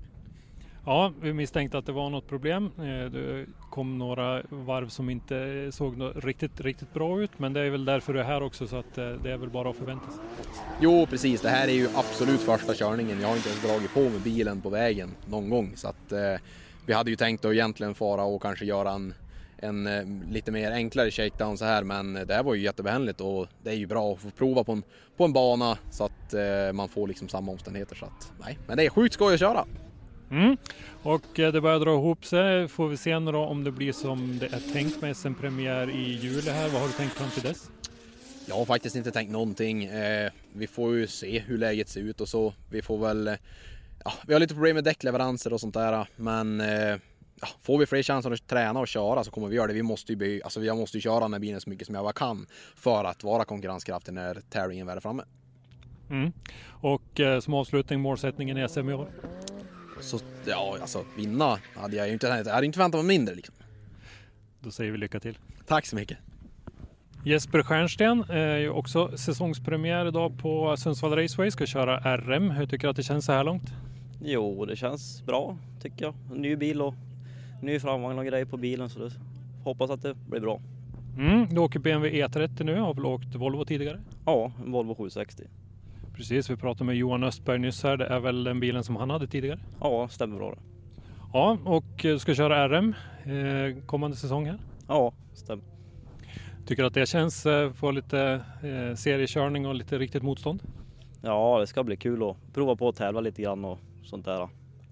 C: Ja, vi misstänkte att det var något problem. Det kom några varv som inte såg riktigt, riktigt bra ut, men det är väl därför du är här också, så att det är väl bara att förvänta sig.
H: Jo, precis. Det här är ju absolut första körningen. Jag har inte ens dragit på med bilen på vägen någon gång, så att eh, vi hade ju tänkt att egentligen fara och kanske göra en, en eh, lite mer enklare shakedown så här, men det här var ju jättebehändigt och det är ju bra att få prova på en, på en bana så att eh, man får liksom samma omständigheter, så att nej, men det är sjukt skoj att köra.
C: Mm. Och det börjar dra ihop sig. Får vi se nu då om det blir som det är tänkt med S M-premiär i juli här. Vad har du tänkt fram till dess?
H: Jag har faktiskt inte tänkt någonting. Eh, vi får ju se hur läget ser ut och så. Vi får väl... Ja, vi har lite problem med däckleveranser och sånt där. Men eh, ja, får vi fler chanser att träna och köra så kommer vi göra det. Vi måste ju, be, alltså, jag måste ju köra den här bilen så mycket som jag bara kan för att vara konkurrenskraftig när tävlingen väl är framme.
C: Mm. Och eh, som avslutning, målsättningen i S M i år?
H: Så ja, alltså vinna hade jag ju inte, jag hade inte väntat mig mindre liksom.
C: Då säger vi lycka till.
H: Tack så mycket.
C: Jesper Stjernsten är ju också säsongspremiär idag på Sundsvall Raceway. Ska köra R M. Hur tycker du att det känns så här långt?
I: Jo, det känns bra tycker jag. En ny bil och ny framvagn och grejer på bilen, så det hoppas att det blir bra.
C: Mm, du åker B M W E trettio nu. Har väl åkt Volvo tidigare?
I: Ja, en Volvo sjuhundrasextio.
C: Precis, vi pratade med Johan Östberg nyss här. Det är väl den bilen som han hade tidigare?
I: Ja, stämmer bra det.
C: Ja, och du ska köra R M eh, kommande säsong här?
I: Ja, stämmer.
C: Tycker du att det känns eh, få lite eh, seriekörning och lite riktigt motstånd?
I: Ja, det ska bli kul att prova på att tävla lite grann och sånt där.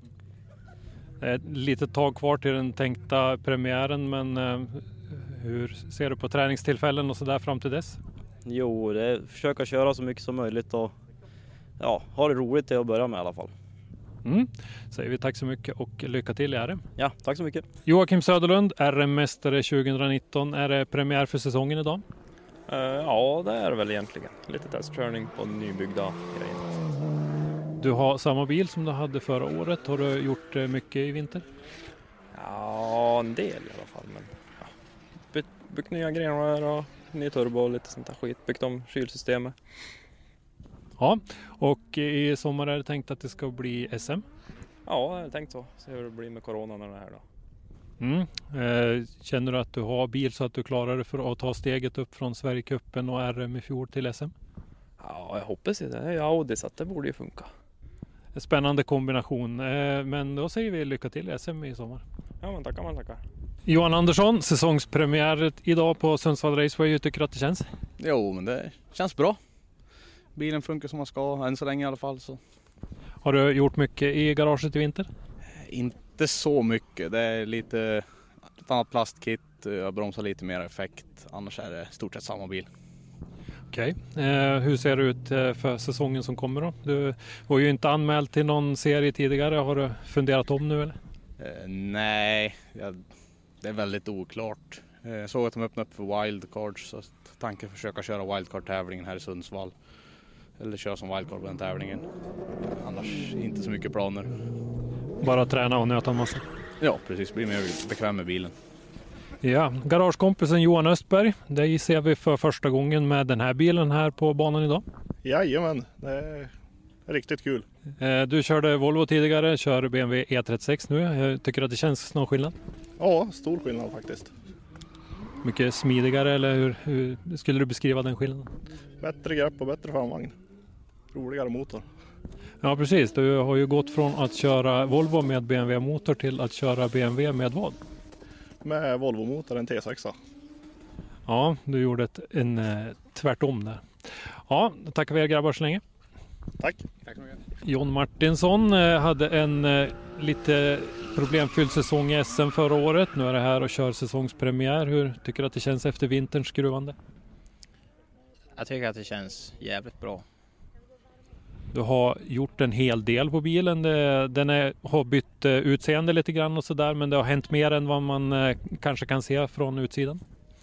C: Det är ett litet tag kvar till den tänkta premiären, men eh, hur ser du på träningstillfällen och sådär fram till dess?
I: Jo, det är försöka köra så mycket som möjligt och ja, ha det roligt till att börja med i alla fall.
C: Mm. Säger vi tack så mycket och lycka till i R M.
I: Ja, tack så mycket.
C: Joakim Söderlund, R M-mästare tjugonitton. Är det premiär för säsongen idag?
J: Uh, ja, det är det väl egentligen. Lite testkörning på nybyggda grejer.
C: Du har samma bil som du hade förra året. Har du gjort mycket i vinter?
J: Ja, en del i alla fall. Men, ja. By- byggt nya grenrör och ny turbo och lite sånt där skit. Byggt om kylsystemet.
C: Ja, och i sommar är det tänkt att det ska bli S M?
J: Ja, jag har tänkt så. Se hur det blir med corona när det är här då.
C: Mm. Eh, känner du att du har bil så att du klarar det för att ta steget upp från Sverigecupen och R M i fjol till S M?
J: Ja, jag hoppas ju det. Det är Audi så att det borde ju funka.
C: En spännande kombination. Eh, men då säger vi lycka till i S M i sommar.
J: Ja, men tackar man tackar.
C: Johan Andersson, säsongspremiär idag på Sundsvall Raceway. Hur tycker du att det känns?
K: Jo, men det känns bra. Bilen funkar som man ska, än så länge i alla fall. Så.
C: Har du gjort mycket i garaget i vinter?
K: Inte så mycket. Det är lite ett annat plastkit. Jag bromsar lite mer effekt. Annars är det stort sett samma bil.
C: Okej. Okay. Eh, hur ser det ut för säsongen som kommer då? Du var ju inte anmäld till någon serie tidigare. Har du funderat om nu eller?
K: Eh, nej, jag, det är väldigt oklart. Jag såg att de öppnade upp för wildcards. Så tanken är att försöka köra wildcard-tävlingen här i Sundsvall. Eller köra som wildcard på den tävlingen. Annars inte så mycket planer.
C: Bara träna och nöta en massa?
K: Ja, precis. Bli mer bekväm med bilen.
C: Ja, garagekompisen Johan Östberg. Det ser vi för första gången med den här bilen här på banan idag.
L: Jajamän, det Riktigt kul.
C: Eh, du körde Volvo tidigare, kör B M W E trettiosex nu. Jag tycker att det känns någon skillnad?
L: Ja, stor skillnad faktiskt.
C: Mycket smidigare, eller hur, hur skulle du beskriva den skillnaden?
L: Bättre grepp och bättre framvagn. Roligare motor.
C: Ja, precis. Du har ju gått från att köra Volvo med B M W-motor till att köra B M W med vad?
L: Med Volvo-motor, en T sex.
C: Ja, du gjorde ett, en eh, tvärtom där. Ja, då tackar vi er grabbar så länge.
L: Tack.
C: Tack så mycket. John Martinsson eh, hade en eh, lite problemfylld säsong i S M förra året. Nu är det här och kör säsongspremiär. Hur tycker du att det känns efter vinterns skruvande?
M: Jag tycker att det känns jävligt bra.
C: Du har gjort en hel del på bilen. Det, den är, har bytt eh, utseende lite grann och sådär. Men det har hänt mer än vad man eh, kanske kan se från utsidan.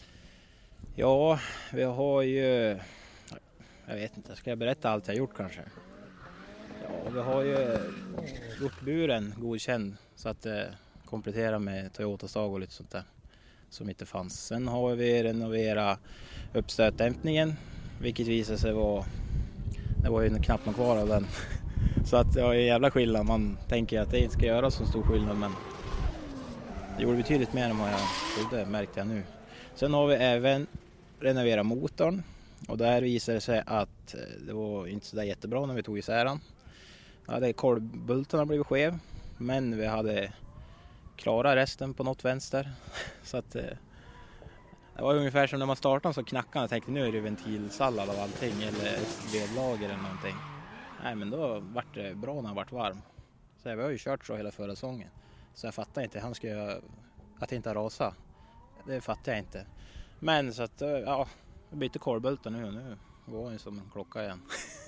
M: Ja, vi har ju... Jag vet inte, ska jag berätta allt jag gjort kanske? Ja, vi har ju gjort buren godkänd så att det kompletterar med Toyota-stag och lite sånt där som inte fanns. Sen har vi renoverat uppstötdämpningen, vilket visade sig vara... Det var ju knappt någon kvar av den. Så att det var en jävla skillnad. Man tänker att det inte ska göra så stor skillnad, men det gjorde betydligt mer än vad jag trodde, märkte jag nu. Sen har vi även renoverat motorn. Och där visade det sig att det var inte så där jättebra när vi tog isär den. Ja, hade kolvbultarna blivit skev, men vi hade klarat resten på något vänster. Så att det var ungefär som när man startade så knackade och tänkte nu är det ventilsallad av allting eller ett vedlager eller någonting. Nej, men då vart det bra när han vart varm. Så vi har ju kört så hela förra säsongen. Så jag fattar inte han ska, att det inte rasa. Det fattar jag inte. Men så att ja, jag bytte kolvbultar nu och nu går det som en klocka igen.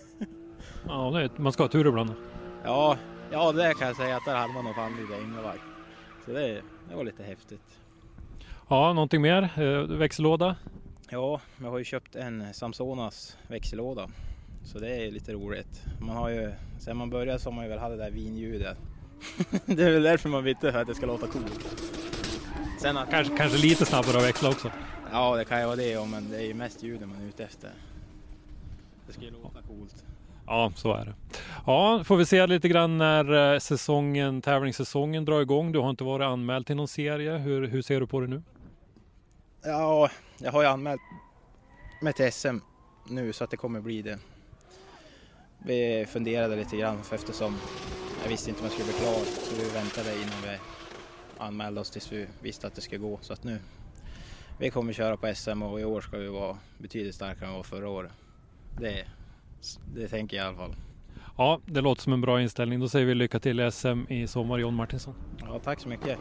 C: Ja, det är, man ska ha tur ibland.
M: Ja, ja, det kan jag säga att där hade man nog fan lite änglavarg. Så det, det var lite häftigt.
C: Ja, någonting mer? Eh, växellåda?
M: Ja, jag har ju köpt en Samsonas växellåda. Så det är lite roligt. Man har ju, sen man började så har man ju väl haft det där vinljudet. Det är väl därför man bytte, för att det ska låta coolt. Sen att,
C: kanske, kanske lite snabbare att växla också.
M: Ja, det kan ju vara det, ja, men det är ju mest ljudet man är ute efter. Det ska ju låta coolt.
C: Ja, så är det. Ja, får vi se lite grann när säsongen, tävlingssäsongen drar igång. Du har inte varit anmäld till någon serie. Hur, hur ser du på det nu?
M: Ja, jag har ju anmält mig till S M nu så att det kommer bli det. Vi funderade lite grann för eftersom jag visste inte om jag skulle bli klar. Så vi väntade innan vi anmälde oss tills vi visste att det skulle gå. Så att nu, vi kommer köra på S M och i år ska vi vara betydligt starkare än vad förra året. Det, det tänker jag i alla fall.
C: Ja, det låter som en bra inställning. Då säger vi lycka till i S M i sommar, John Martinsson.
M: Ja, tack så mycket.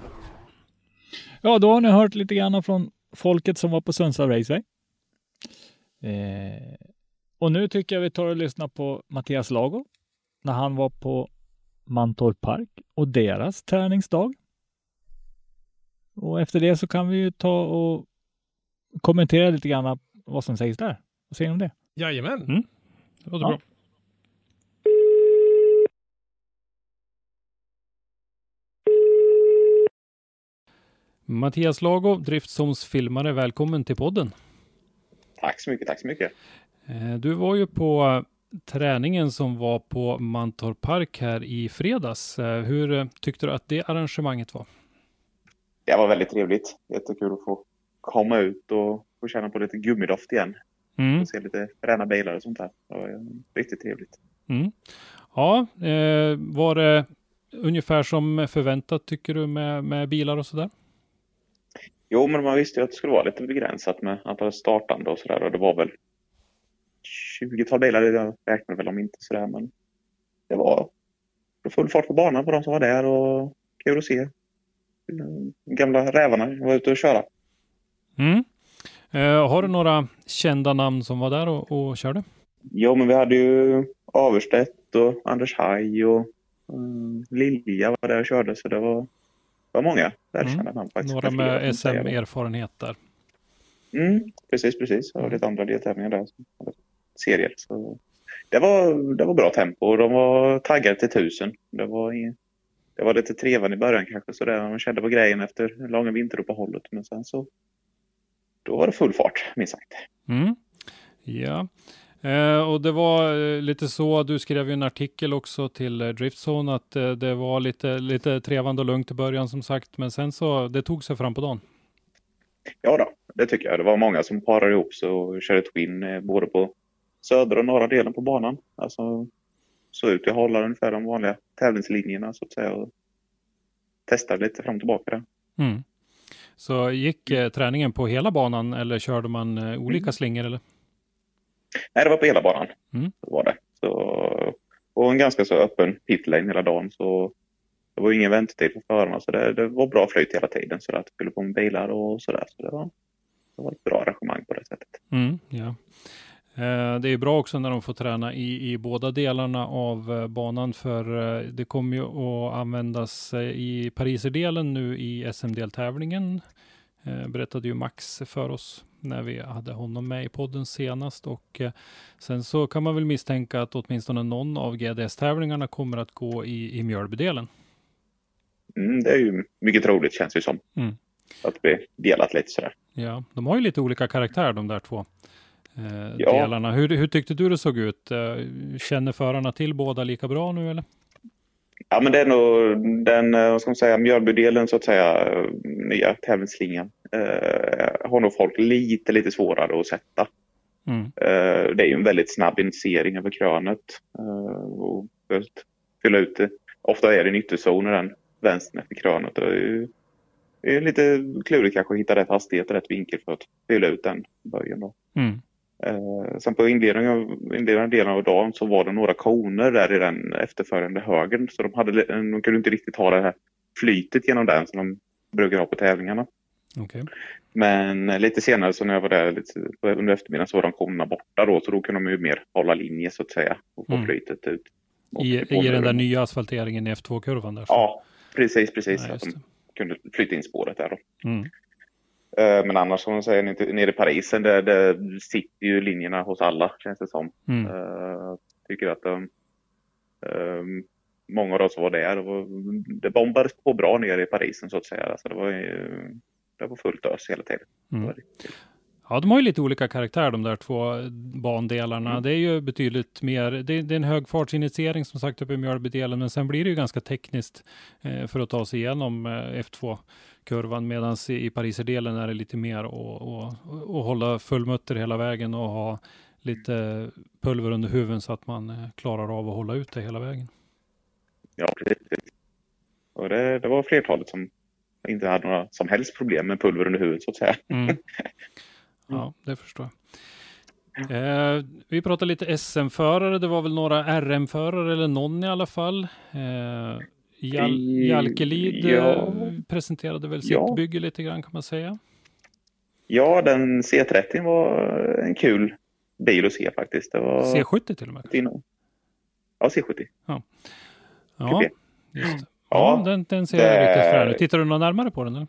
G: Ja, då har ni hört lite grann från folket som var på Sundsvall Raceway. Eh, och nu tycker jag vi tar och lyssnar på Mattias Lago när han var på Mantorp Park och deras träningsdag. Och efter det så kan vi ju ta och kommentera lite grann vad som sägs där. Vad säger ni om det?
D: Jajamän.
C: Mm. Det låter ja. bra. Mattias Lago, Driftzones-filmare, välkommen till podden.
N: Tack så mycket, tack så mycket.
C: Du var ju på träningen som var på Mantorp Park här i fredags. Hur tyckte du att det arrangemanget var?
N: Det var väldigt trevligt. Jättekul att få komma ut och få känna på lite gummidoft igen. Mm. Och se lite fräna bilar och sånt där. Det var riktigt trevligt.
C: Mm. Ja, eh, var det ungefär som förväntat tycker du med, med bilar och sådär?
N: Jo, men man visste ju att det skulle vara lite begränsat med antalet startande och sådär. Och det var väl tjugotal bilar, jag räknar väl om inte sådär. Men det var full fart på banan på de som var där och kul att se. Gamla rävarna var ute och köra.
C: Mm. Eh, har du några kända namn som var där och, och körde?
N: Jo, men vi hade ju Averstedt och Anders Haj och um, Lilja var där och körde, så det var, var många välkända mm. namn faktiskt.
C: Några med S M-erfarenhet där.
N: Mm, precis, precis. Och lite andra deltävlingar där. Serier. Så det var, det var bra tempo och de var taggade till tusen. Det var, det var lite trevande i början kanske, så där man kände på grejen efter långa vinteruppehållet. Men sen så då var det full fart, minst sagt.
C: Mm. Ja. Eh, och det var eh, lite så, du skrev ju en artikel också till eh, Driftzone att eh, det var lite, lite trevande och lugnt i början som sagt, men sen så det tog sig fram på dagen.
N: Ja då, det tycker jag. Det var många som parade ihop sig och körde twin eh, både på södra och norra delen på banan. Alltså så ut att hålla ungefär de vanliga tävlingslinjerna så att säga och testade lite fram och tillbaka där.
C: Mm. Så gick eh, träningen på hela banan eller körde man eh, olika mm. slingor eller?
N: Nej, det var på hela banan.
C: Mm.
N: Det var det. Så, och en ganska så öppen pitlane hela dagen. Så det var ingen väntetid för förarna. Så det, det var bra flyt hela tiden. Så att det skulle på med bilar och sådär. Så det var, det var ett bra arrangemang på det sättet.
C: Mm, ja. eh, det är bra också när de får träna i, i båda delarna av eh, banan. För eh, det kommer ju att användas eh, i Pariserdelen nu i S M-deltävlingen. Eh, berättade ju Max för oss när vi hade honom med i podden senast. Och eh, sen så kan man väl misstänka att åtminstone någon av G D S-tävlingarna kommer att gå i, i Mjölbydelen.
N: Mm, det är ju mycket troligt känns det som.
C: Mm.
N: Att vi delat lite sådär.
C: Ja, de har ju lite olika karaktär de där två eh,
N: ja.
C: delarna. Hur, hur tyckte du det såg ut? Eh, känner förarna till båda lika bra nu eller?
N: Ja, men det är nog den, vad ska man säga, Mjölbydelen så att säga, nya tävlingsslingan. Eh, har nog folk lite, lite svårare att sätta.
C: Mm.
N: Eh, det är ju en väldigt snabb initiering över krönet. Eh, och först fylla ut det. Ofta är det en ytterzon i den vänstern efter krönet. Det är ju det är lite klurigt kanske att hitta rätt hastighet och rätt vinkel för att fylla ut den början då.
C: Mm.
N: Eh, sen på inledningen, inledande delen av dagen så var det några koner där i den efterföljande högen. Så de, hade, de kunde inte riktigt ha det här flytet genom den som de brukar ha på tävlingarna.
C: Okay.
N: Men lite senare så när jag var där lite, under eftermiddagen så var de konerna borta då. Så då kunde de ju mer hålla linje så att säga och få mm. flytet ut.
C: I, i den där nya asfalteringen i F två-kurvan där? Så.
N: Ja, precis, precis.
C: Ja,
N: att de kunde flytta in spåret där då.
C: Mm.
N: Men annars som man säger nere i Parisen där, där sitter ju linjerna hos alla känns det som.
C: Mm.
N: Uh, tycker att de, um, många av oss var där och det bombades på bra nere i Parisen så att säga. Alltså det var det var fullt ös hela tiden.
C: Mm. Ja, de har ju lite olika karaktär de där två bandelarna. Mm. Det är ju betydligt mer, det är, det är en högfartsinitiering som sagt uppe i Mjölbydelen, men sen blir det ju ganska tekniskt eh, för att ta sig igenom eh, F två-kurvan, medan i, i Pariserdelen är det lite mer att och, och hålla fullmutter hela vägen och ha lite pulver under huven så att man eh, klarar av att hålla ut det hela vägen.
N: Ja, precis. Och det, det var flertalet som inte hade några som helst problem med pulver under huvudet så att säga.
C: Mm. Ja, det förstår jag. Eh, vi pratade lite S M-förare. Det var väl några R M-förare eller någon i alla fall. Eh, Jal- Jalkelid
N: ja.
C: eh, presenterade väl sitt
N: ja.
C: bygge lite grann kan man säga.
N: Ja, den C trettio var en kul bil att se faktiskt. Det var
C: C sjuttio till och med.
N: Ja, C sjuttio.
C: Ja, ja just det.
N: Ja,
C: ja den, den ser
N: det...
C: riktigt frän ut. Tittar du något närmare på den eller?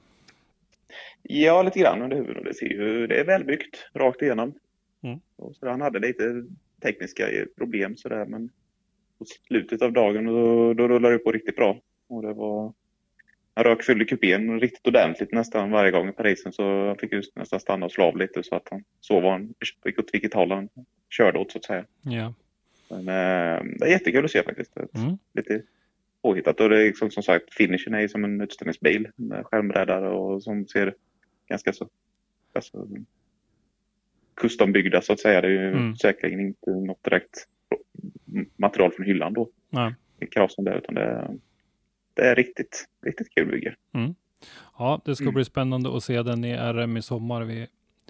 N: Ja, lite grann under huvudet. Det ser ju, det är välbyggt rakt igenom.
C: Mm.
N: Och så han hade lite tekniska problem sådär, men på slutet av dagen då, då rullade det på riktigt bra. Och det var, han rök fyllde kupén riktigt ordentligt nästan varje gång i Parisen, så han fick just nästan stanna och slav lite så att han såg vad han, vilket håll han körde åt så att säga.
C: Ja.
N: Men äh, det är jättekul att se faktiskt.
C: Mm.
N: Lite påhittat, och det är liksom, som sagt, finishen är som en utställningsbil med skärmbrädare och som ser ganska så alltså, custombyggda så att säga. Det är ju mm. säkerligen inte något direkt material från hyllan då.
C: Nej.
N: Det krasen där, utan det, det är riktigt, riktigt kul bygge.
C: Mm. Ja, det ska
N: mm.
C: bli spännande att se den i R M i sommar. Vi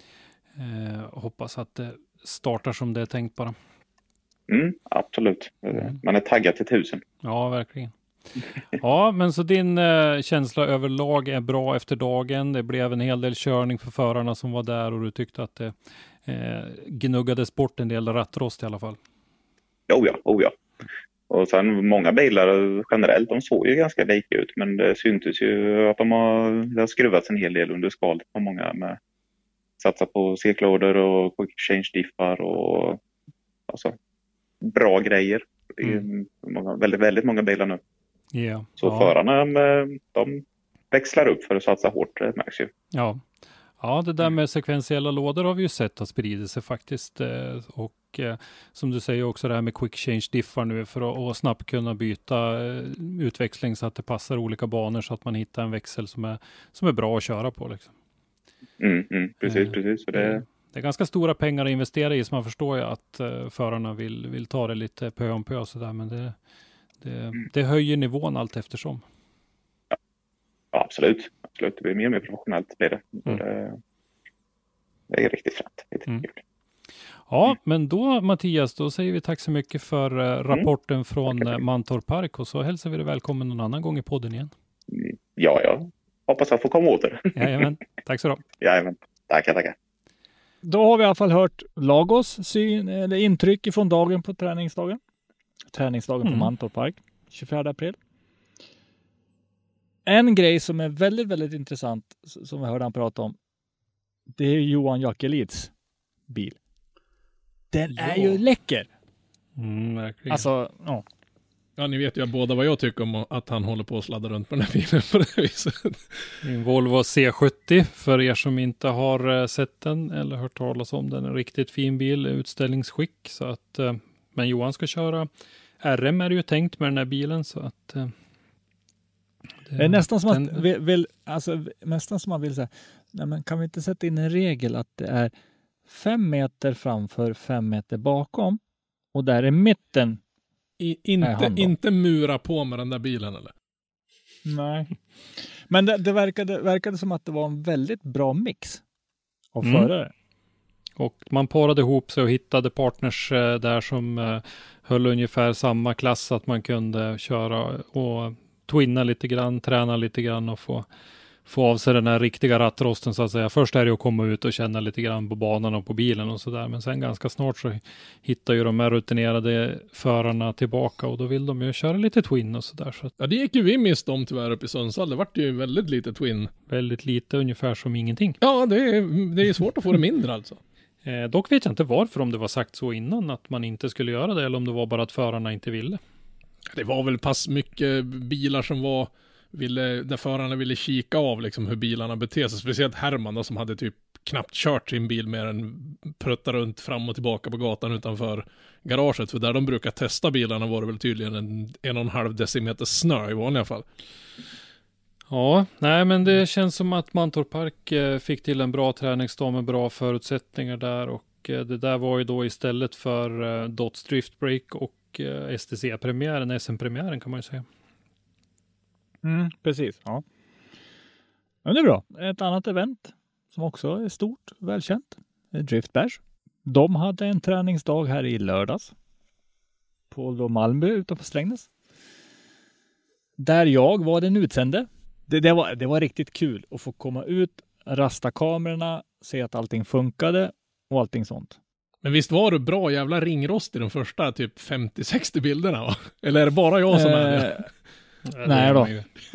C: eh, hoppas att det startar som det är tänkt bara.
N: Mm, absolut.
C: Mm.
N: Man är taggad till tusen.
C: Ja, verkligen. Ja, men så din eh, känsla överlag är bra efter dagen. Det blev en hel del körning för förarna som var där och du tyckte att det eh, gnuggades bort en del rattrost i alla fall.
N: Oh ja, oh ja. Och sen många bilar generellt, de såg ju ganska lika ut, men det syntes ju att de har, det har skruvats en hel del under skalet på många med satsa på C-kloder och quick change diffar och alltså bra grejer. Det är mm. många, väldigt, väldigt många bilar nu.
C: Yeah.
N: Så
C: ja.
N: förarna de växlar upp för att satsa hårt, det märks ju.
C: Ja. Ja, det där med sekventiella lådor har vi ju sett att sprida sig faktiskt. Och och eh, som du säger också det här med quick change diffar nu för att och snabbt kunna byta eh, utväxling så att det passar olika banor så att man hittar en växel som är, som är bra att köra på. Liksom.
N: Mm, mm, precis,
C: eh,
N: precis. Så det...
C: det är ganska stora pengar att investera i, så man förstår ju att eh, förarna vill, vill ta det lite pö om pö och sådär, men det, det, mm. det höjer nivån allt eftersom.
N: Ja, ja absolut. absolut. Det blir mer och mer professionellt. Blir det. Mm. Det, det är riktigt fränt. Riktigt mm. kul.
C: Ja, mm. men då Mattias, då säger vi tack så mycket för uh, rapporten mm. från tack, tack. Mantorp Park, och så hälsar vi dig välkommen någon annan gång i podden igen.
N: Ja, ja. Hoppas jag får komma åter.
C: Jajamän, tack så då.
N: Jajamän, tackar, tackar.
G: Då har vi i alla fall hört Lagos syn, eller intryck från dagen på träningsdagen. Träningsdagen mm. på Mantorp Park, tjugofjärde april. En grej som är väldigt, väldigt intressant, som vi hörde han prata om, det är Johan Jackelids bil. Den ja. är ju läcker.
C: Mm, verkligen.
G: Alltså, ja.
D: Ja, ni vet ju båda vad jag tycker om att han håller på att sladda runt på den här bilen på det viset.
C: En Volvo C sjuttio, för er som inte har sett den eller hört talas om den. En riktigt fin bil, utställningsskick. Så att, men Johan ska köra R M är det ju tänkt med den här bilen, så att det,
G: det är nästan som den, att vi vill, alltså nästan som man vill säga, nej men kan vi inte sätta in en regel att det är fem meter framför, fem meter bakom, och där är mitten.
D: I, inte, inte mura på med den där bilen eller?
G: Nej. Men det, det verkade, verkade som att det var en väldigt bra mix av
C: mm.
G: förare.
C: Och man parade ihop sig och hittade partners eh, där som eh, höll ungefär samma klass, att man kunde köra och twinna lite grann, träna lite grann och få, få av sig den här riktiga rattrosten så att säga. Först är det att komma ut och känna lite grann på banan och på bilen och sådär. Men sen ganska snart så hittar ju de här rutinerade förarna tillbaka, och då vill de ju köra lite twin och sådär. Så att...
D: Ja, det gick ju vi mist om tyvärr uppe i Sundsvall. Det var ju väldigt lite twin.
C: Väldigt lite, ungefär som ingenting.
D: Ja, det är, det är svårt att få det mindre alltså.
C: Eh, dock vet jag inte varför, om det var sagt så innan att man inte skulle göra det, eller om det var bara att förarna inte ville.
D: Det var väl pass mycket bilar som var ville, där förarna ville kika av liksom hur bilarna beter sig. Speciellt Herman då, som hade typ knappt kört sin bil mer än prutta runt fram och tillbaka på gatan utanför garaget. För där de brukar testa bilarna var det väl tydligen en en och en halv decimeter snö i vanliga fall.
C: Ja, nej men det känns som att Mantorp Park eh, fick till en bra träningsdag med bra förutsättningar där, och eh, det där var ju då istället för eh, Dots Drift Break och eh, S T C-premiären, S M-premiären kan man ju säga.
G: Mm, precis, ja. Men det är bra. Ett annat event som också är stort, välkänt, är Drift Bash. De hade en träningsdag här i lördags på då Malmö utanför Strängnäs. Där jag var den utsände. Det, det, var, det var riktigt kul att få komma ut, rasta kamerorna, se att allting funkade och allting sånt.
D: Men visst var det bra jävla ringrost i de första typ femtio sextio bilderna va? Eller är det bara jag som är det?
G: Eh, nej då.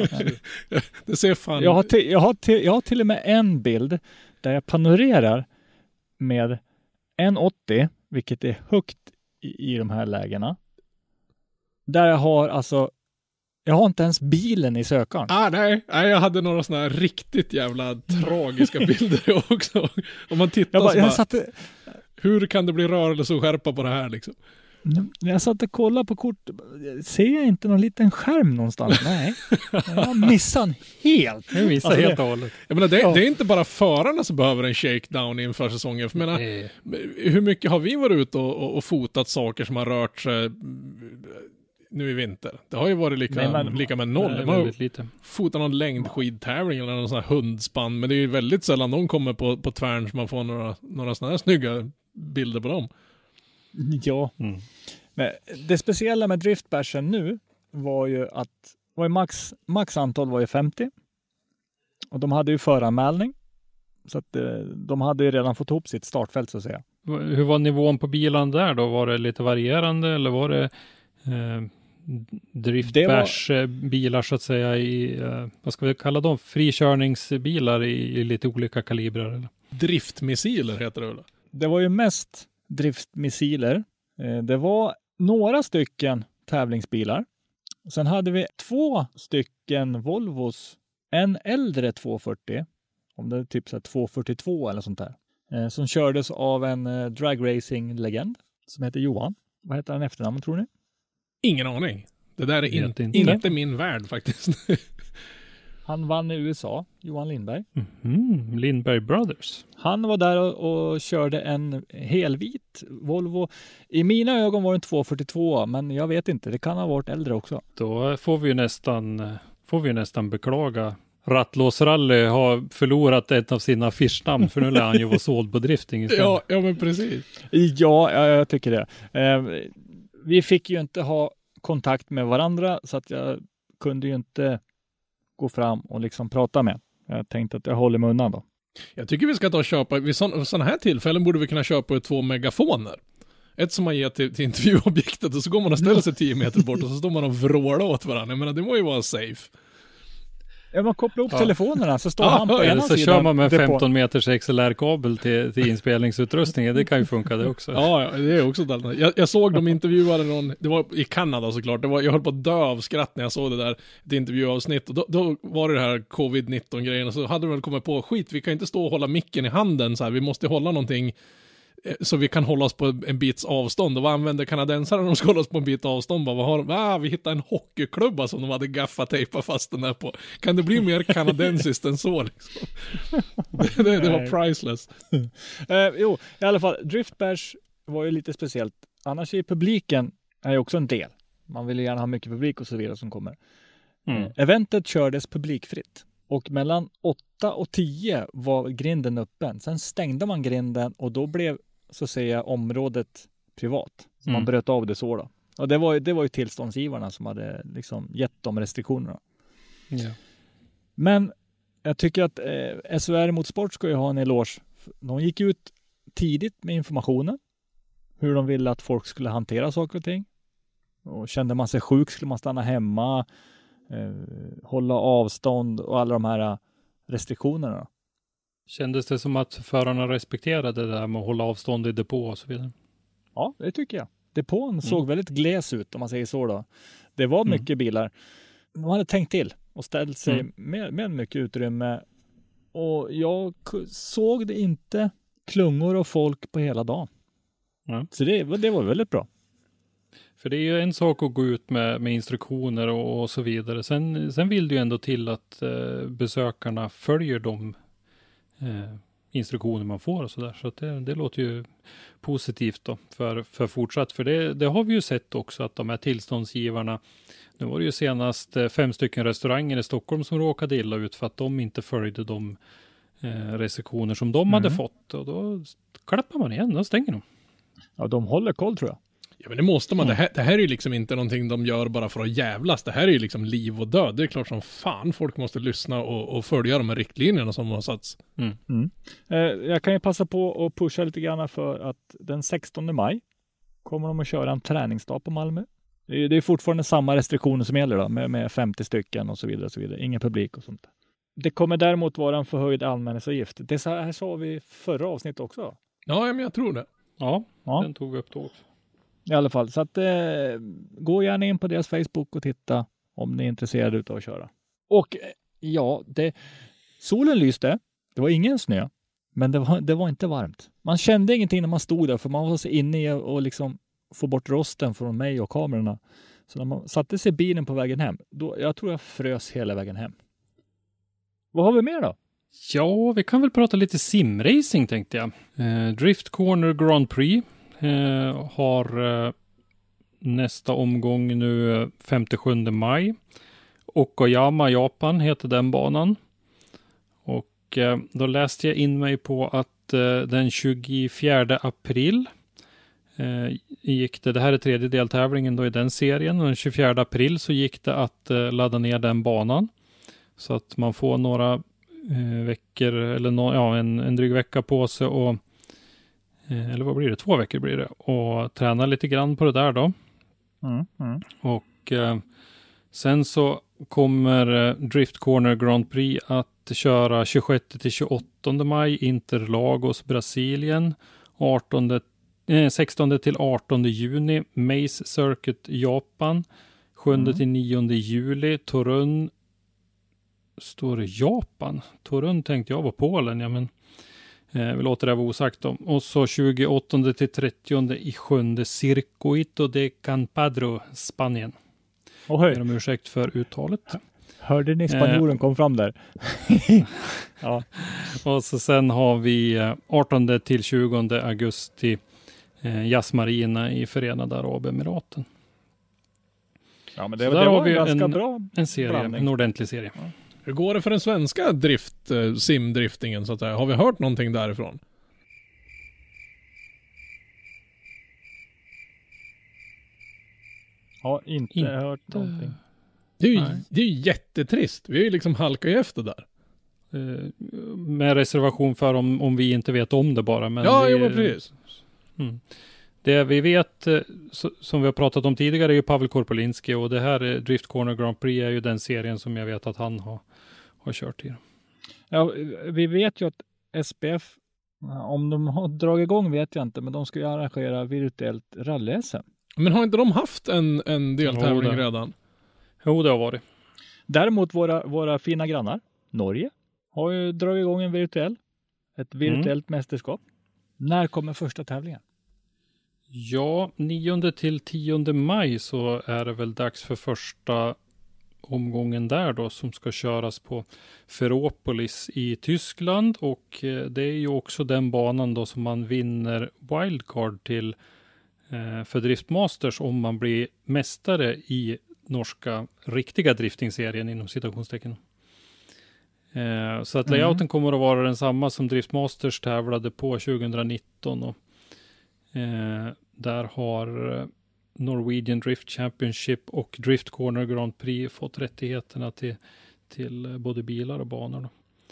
D: Det ser fan...
G: Jag har, till, jag, har till, jag har till och med en bild där jag panorerar med en åttio, vilket är högt i, i de här lägena. Där jag har alltså, jag har inte ens bilen i sökaren.
D: Ah, nej. nej, jag hade några sådana här riktigt jävla tragiska bilder också. Om man tittar
G: jag bara,
D: så
G: jag
D: bara,
G: satte...
D: hur kan det bli rörelse och skärpa på det här liksom?
G: När jag satt och kollade på kort, ser jag inte någon liten skärm någonstans? Nej, jag missade helt.
C: Jag missade alltså, helt och hållet.
D: Jag menar, det, ja. det är inte bara förarna som behöver en shakedown inför säsongen. För jag menar, mm. hur mycket har vi varit ute och, och, och fotat saker som har rört sig nu i vinter? Det har ju varit lika, nej, men, lika med noll. Nej, man har lite. fotat någon längdskidtävling eller någon sån här hundspann. Men det är ju väldigt sällan de kommer på, på tvärn så man får några, några såna här snygga bilder på dem.
G: Ja, mm. Men det speciella med driftbashen nu var ju att var ju max, max antal var ju femtio, och de hade ju föranmälning, så att de hade ju redan fått ihop sitt startfält så att säga.
C: Hur var nivån på bilen där då? Var det lite varierande eller var det eh, driftbash var... bilar så att säga i, eh, vad ska vi kalla dem? Frikörningsbilar i, i lite olika kalibrer? Eller?
D: Driftmissiler heter det väl?
G: Det var ju mest driftmissiler. Det var några stycken tävlingsbilar. Sen hade vi två stycken Volvos, en äldre tvåhundrafyrtio, om det är typ så här tvåhundrafyrtiotvå eller sånt där, som kördes av en dragracing-legend som heter Johan. Vad heter han efternamn tror ni?
D: Ingen aning. Det där är inte,
G: inte.
D: inte min värld faktiskt.
G: Han vann i U S A, Johan Lindberg.
C: Mm, Lindberg Brothers.
G: Han var där och, och körde en helvit Volvo. I mina ögon var den två fyrtiotvå, men jag vet inte. Det kan ha varit äldre också.
C: Då får vi ju nästan, får vi nästan beklaga. Rattlåsrally har förlorat ett av sina affischnamn, för nu lär han ju vara såld på drifting istället.
D: Ja, ja, men precis.
G: Ja, jag, jag tycker det. Eh, vi fick ju inte ha kontakt med varandra, så att jag kunde ju inte gå fram och liksom prata med. Jag tänkte att jag håller mig undan då.
D: Jag tycker vi ska ta och köpa, vid sådana här tillfällen borde vi kunna köpa två megafoner. Ett som man ger till, till intervjuobjektet och så går man och ställer sig tio meter bort och så står man och vrålar åt varandra. Jag menar, det må ju vara safe.
G: Ja, man kopplar upp
C: Ja.
G: telefonerna så står
C: Ja,
G: han på ena
C: så
G: sidan.
C: kör man med
G: depå.
C: femton meters X L R-kabel till, till inspelningsutrustningen. Det kan ju funka det också.
D: Ja, ja, det är också ett alternativ. Jag, jag såg de intervjuade någon, det var i Kanada såklart, det var, jag höll på att dö av skratt när jag såg det där, ett intervjuavsnitt, och då, då var det det här covid nitton grejen, och så hade de väl kommit på, skit, vi kan inte stå och hålla micken i handen så här, vi måste hålla någonting eh, så vi kan hålla oss på en bits avstånd. Och vad använder kanadensarna när de ska hålla oss på en bit avstånd? Bara, vad har de? Ah, vi hittade en hockeyklubba som de hade gaffatejpat fast den där på. Kan det bli mer kanadensiskt än så liksom? det, det, det var priceless.
G: eh, jo, i alla fall, Driftbash var ju lite speciellt. Annars i publiken är ju också en del. Man vill ju gärna ha mycket publik och så vidare som kommer.
C: Mm.
G: Eh, eventet kördes publikfritt. Och mellan åtta och tio var grinden öppen. Sen stängde man grinden och då blev, så att säga, området privat. Så
C: Mm.
G: man bröt av det så då. Och det var ju, det var ju tillståndsgivarna som hade liksom gett de restriktionerna.
C: Ja.
G: Men jag tycker att eh, S O R Motorsport ska ju ha en eloge. De gick ut tidigt med informationen. Hur de ville att folk skulle hantera saker och ting. Och kände man sig sjuk skulle man stanna hemma. Eh, hålla avstånd och alla de här restriktionerna.
C: Kändes det som att förarna respekterade det där med att hålla avstånd i depå och så vidare?
G: Ja, det tycker jag. Depån mm. såg väldigt gles ut om man säger så då. Det var
C: Mm.
G: mycket bilar. De hade tänkt till och ställt sig
C: Mm.
G: med, med mycket utrymme. Och jag k- såg det inte klungor och folk på hela dagen.
C: Ja.
G: Så det, det var väldigt bra.
C: För det är ju en sak att gå ut med, med instruktioner och, och så vidare. Sen, sen vill det ju ändå till att eh, besökarna följer de eh, instruktioner man får och sådär. Så att det, det låter ju positivt då för, för fortsatt. För det, det har vi ju sett också att de här tillståndsgivarna, nu var det ju senast eh, fem stycken restauranger i Stockholm som råkade illa ut för att de inte följde de eh, restriktioner som de
G: Mm.
C: hade fått. Och då klappar man igen, då stänger de.
G: Ja, de håller koll tror jag.
D: Ja, men det måste man. Mm. Det, här, det här är ju liksom inte någonting de gör bara för att jävlas. Det här är ju liksom liv och död. Det är klart som fan folk måste lyssna och, och följa de här riktlinjerna som har satts.
C: Mm.
G: Mm. Eh, jag kan ju passa på att pusha lite grann för att den sextonde maj kommer de att köra en träningsdag på Malmö. Det är, det är fortfarande samma restriktioner som gäller då, med, med femtio stycken och så vidare och så vidare. Ingen publik och sånt. Det kommer däremot vara en förhöjd anmälningsavgift. Det så här sa vi förra avsnittet också.
D: Ja, men jag tror det.
C: Ja,
G: Ja.
C: den tog vi upp då också.
G: I alla fall, så att eh, gå gärna in på deras Facebook och titta om ni är intresserade utav att köra. Och eh, ja, det, solen lyste. Det var ingen snö, men det var, det var inte varmt. Man kände ingenting när man stod där, för man var så inne i och liksom få bort rosten från mig och kamerorna. Så när man satte sig i bilen på vägen hem, då, jag tror jag frös hela vägen hem. Vad har vi mer då?
C: Ja, vi kan väl prata lite simracing tänkte jag. Eh, Drift Corner Grand Prix eh, har eh, nästa omgång nu femtiosjunde maj. Okayama, Japan heter den banan. Och eh, då läste jag in mig på att eh, den tjugofjärde april eh, gick det, det här är tredje deltävlingen då i den serien, och den tjugofjärde april så gick det att eh, ladda ner den banan. Så att man får några Eh, veckor eller no, ja, en, en dryg vecka på sig och eh, eller vad blir det? Två veckor blir det och träna lite grann på det där då.
G: Mm, mm.
C: Och eh, sen så kommer eh, Drift Corner Grand Prix att köra tjugosjätte till tjugoåttonde maj Interlagos, Brasilien. artonde, eh, sextonde till artonde juni Maze Circuit, Japan. sjunde till nionde juli Torun. Står det Japan? Torun tänkte jag var Polen, ja men Eh, vi låter det vara osagt om. Och så tjugoåttonde till trettionde i sjunde Circuito de Campadro, Spanien.
G: Oh, hej.
C: Ber om ursäkt för uttalet.
G: Hörde ni spanjoren
C: eh,
G: kom fram där? Ja.
C: Och så sen har vi artonde till tjugonde augusti eh, Yas Marina i Förenade Arabemiraten.
G: Ja, men det,
C: så
G: det
C: där
G: var
C: har vi
G: ganska
C: en,
G: bra
C: en serie,
G: blandning.
C: en ordentlig serie.
G: Ja.
D: Hur går det för den svenska drift, eh, simdriftingen så att säga? Har vi hört någonting därifrån?
G: Har inte,
C: Inte
G: hört någonting.
D: Det är ju,
C: Nej.
D: det är ju jättetrist. Vi är ju liksom halkat efter där.
C: Eh, med reservation för om, om vi inte vet om det bara. Men
D: ja,
C: vi,
D: jo, men precis.
C: Mm. Det vi vet, eh, så, som vi har pratat om tidigare, är ju Pavel Korpolinski, och det här eh, Drift Corner Grand Prix är ju den serien som jag vet att han har, har kört i.
G: Ja, vi vet ju att S P F, om de har dragit igång vet jag inte, men de ska ju arrangera virtuellt rally-S M.
D: Men har inte de haft en, en deltävling
C: Jo, det.
D: redan?
C: Jo, det har varit.
G: Däremot våra, våra fina grannar, Norge, har ju dragit igång en virtuell, ett virtuellt mm. mästerskap. När kommer första tävlingen?
C: Ja, nionde till tionde maj så är det väl dags för första omgången där då, som ska köras på Ferropolis i Tyskland, och eh, det är ju också den banan då som man vinner wildcard till eh, för Driftmasters om man blir mästare i norska riktiga driftingserien inom citationstecken. Eh, så att layouten mm. kommer att vara densamma som Driftmasters tävlade på tjugonitton, och eh, där har Norwegian Drift Championship och Drift Corner Grand Prix fått rättigheterna till, till både bilar och banor. Då.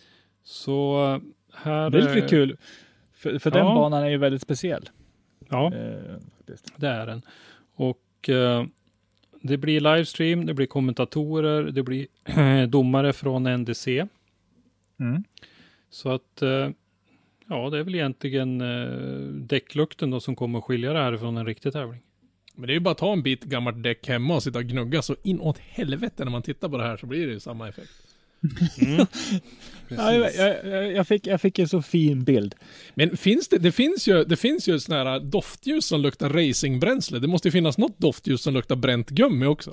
C: Så här...
G: Det är lite kul, för, för
C: ja,
G: den banan är ju väldigt speciell.
C: Ja,
G: eh,
C: det är den. Och eh, det blir livestream, det blir kommentatorer, det blir domare från N D C.
G: Mm.
C: Så att eh, ja, det är väl egentligen eh, däcklukten då som kommer att skilja det här från en riktig tävling.
D: Men det är ju bara att ta en bit gammalt däck hemma och sitta och gnugga, så inåt helvete när man tittar på det här så blir det ju samma effekt.
C: Mm.
G: Ja, jag, jag, jag, fick, jag fick en så fin bild.
D: Men finns det, det finns ju, det finns ju såna här doftljus som luktar racingbränsle. Det måste ju finnas något doftljus som luktar bränt gummi också.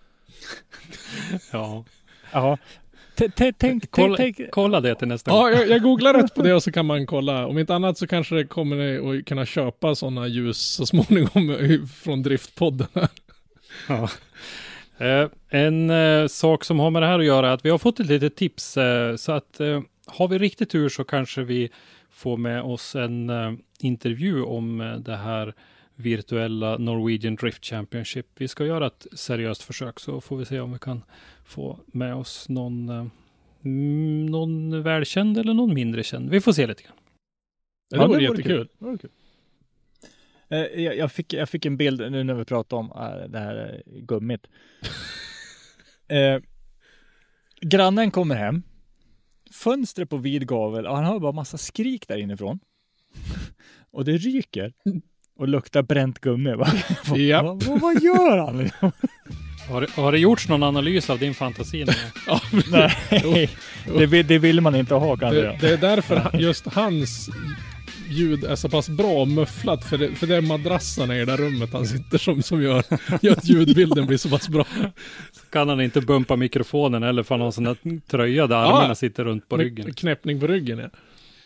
C: Ja.
G: Ja. Tänk,
C: kolla,
G: tänk,
C: kolla det till nästa
D: ja,
C: gång.
D: jag, jag googlar rätt på det och så kan man kolla. Om inte annat så kanske det kommer ni att kunna köpa sådana ljus så småningom från Driftpodden här.
C: Ja. Eh, en eh, sak som har med det här att göra är att vi har fått ett litet tips. Eh, så att eh, har vi riktigt tur så kanske vi får med oss en eh, intervju om eh, det här virtuella Norwegian Drift Championship. Vi ska göra ett seriöst försök, så får vi se om vi kan få med oss någon, eh, någon välkänd eller någon mindre känd. Vi får se lite grann.
D: Ja, det vore jättekul.
G: Det vore kul. Eh, jag, jag, fick, jag fick en bild nu när vi pratar om äh, det här äh, gummit. eh, grannen kommer hem. Fönstret på vid gavel. Och han har bara massa skrik där inifrån. Och det ryker. Och luktar bränt gummi. Va?
D: Ja.
G: vad, vad, vad gör han?
C: Har det, har det gjorts någon analys av din fantasi?
D: Ja,
G: nej, det, det vill man inte ha kanske.
D: Det, det är därför just hans ljud är så pass bra mufflat, för det, för det är madrassarna i det där rummet han sitter som, som gör, gör att ljudbilden blir så pass bra.
C: Så kan han inte bumpa mikrofonen eller för han har en sån där tröja där armarna ja, sitter runt på ryggen.
D: Knäppning på ryggen, ja.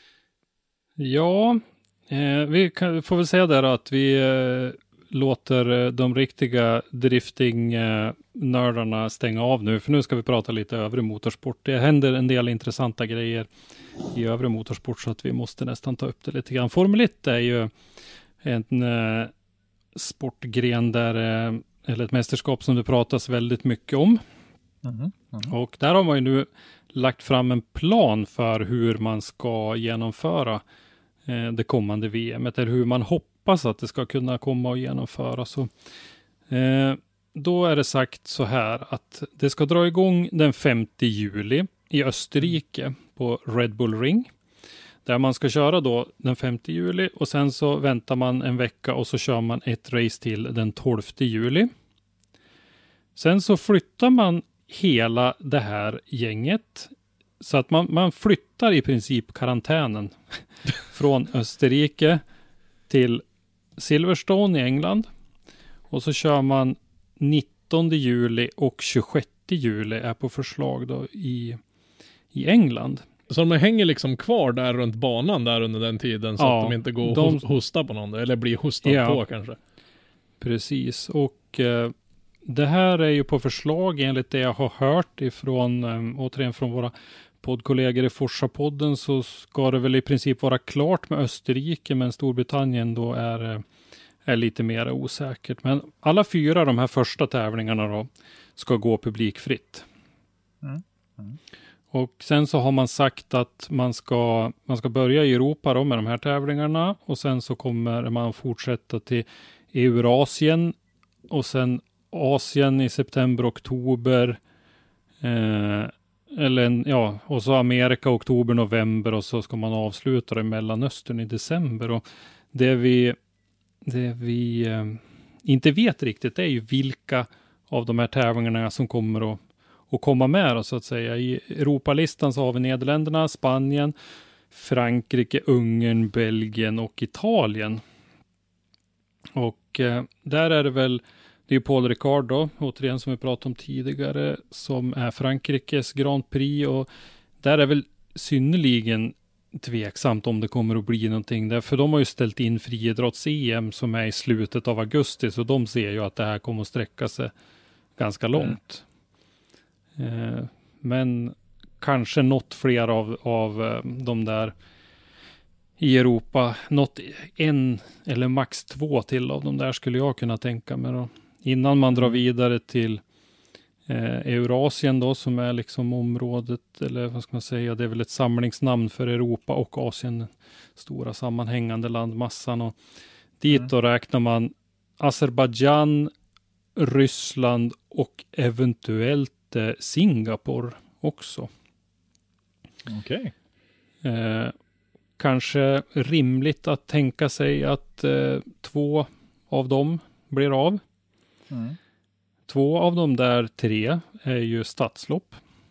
C: Ja, eh, vi kan, får väl säga där att vi eh, låter de riktiga drifting-nördarna stänga av nu. För nu ska vi prata lite övrig motorsport. Det händer en del intressanta grejer i övrig motorsport, så att vi måste nästan ta upp det lite grann. Formel ett är ju en eh, sportgren där, eh, eller ett mästerskap som det pratas väldigt mycket om.
G: Mm, mm.
C: Och där har man ju nu lagt fram en plan för hur man ska genomföra eh, det kommande V M, eller hur man hoppas att det ska kunna komma och genomföra. Så, eh, då är det sagt så här att det ska dra igång den femte juli i Österrike på Red Bull Ring. Där man ska köra då den femte juli och sen så väntar man en vecka och så kör man ett race till den tolfte juli. Sen så flyttar man hela det här gänget så att man, man flyttar i princip karantänen från Österrike till Silverstone i England. Och så kör man nittonde juli och tjugosjätte juli är på förslag då i, i England.
D: Så de hänger liksom kvar där runt banan där under den tiden så
C: ja,
D: att de inte går
C: de,
D: och hosta på någon eller blir hostad ja, på kanske.
C: Precis, och eh, det här är ju på förslag enligt det jag har hört ifrån, eh, återigen från våra poddkollegor i Forsa-podden, så ska det väl i princip vara klart med Österrike, men Storbritannien då är, är lite mer osäkert. Men alla fyra de här första tävlingarna då ska gå publikfritt. Mm. Mm. Och sen så har man sagt att man ska, man ska börja i Europa då med de här tävlingarna, och sen så kommer man fortsätta till Eurasien och sen Asien i september, oktober, eh, eller en, ja, och så Amerika, oktober, november, och så ska man avsluta det i Mellanöstern i december. Och det vi, det vi eh, inte vet riktigt är ju vilka av de här tävlingarna som kommer att, att komma med då, så att säga. I Europalistan så har vi Nederländerna, Spanien, Frankrike, Ungern, Belgien och Italien. Och eh, där är det väl, det är ju Paul Ricard då, återigen som vi pratade om tidigare, som är Frankrikes Grand Prix, och där är väl synnerligen tveksamt om det kommer att bli någonting där, för de har ju ställt in friidrotts-E M som är i slutet av augusti, så de ser ju att det här kommer att sträcka sig ganska långt. Mm. Eh, men kanske något fler av, av de där i Europa, något en eller max två till av de där skulle jag kunna tänka mig då. Innan man drar vidare till eh, Eurasien då, som är liksom området, eller vad ska man säga, det är väl ett samlingsnamn för Europa och Asien, stora sammanhängande landmassan, och dit mm. då räknar man Azerbaijan, Ryssland och eventuellt eh, Singapore också.
G: Okej.
C: Okay. Eh, kanske rimligt att tänka sig att eh, två av dem blir av. Mm. Två av de där tre är ju stadslopp.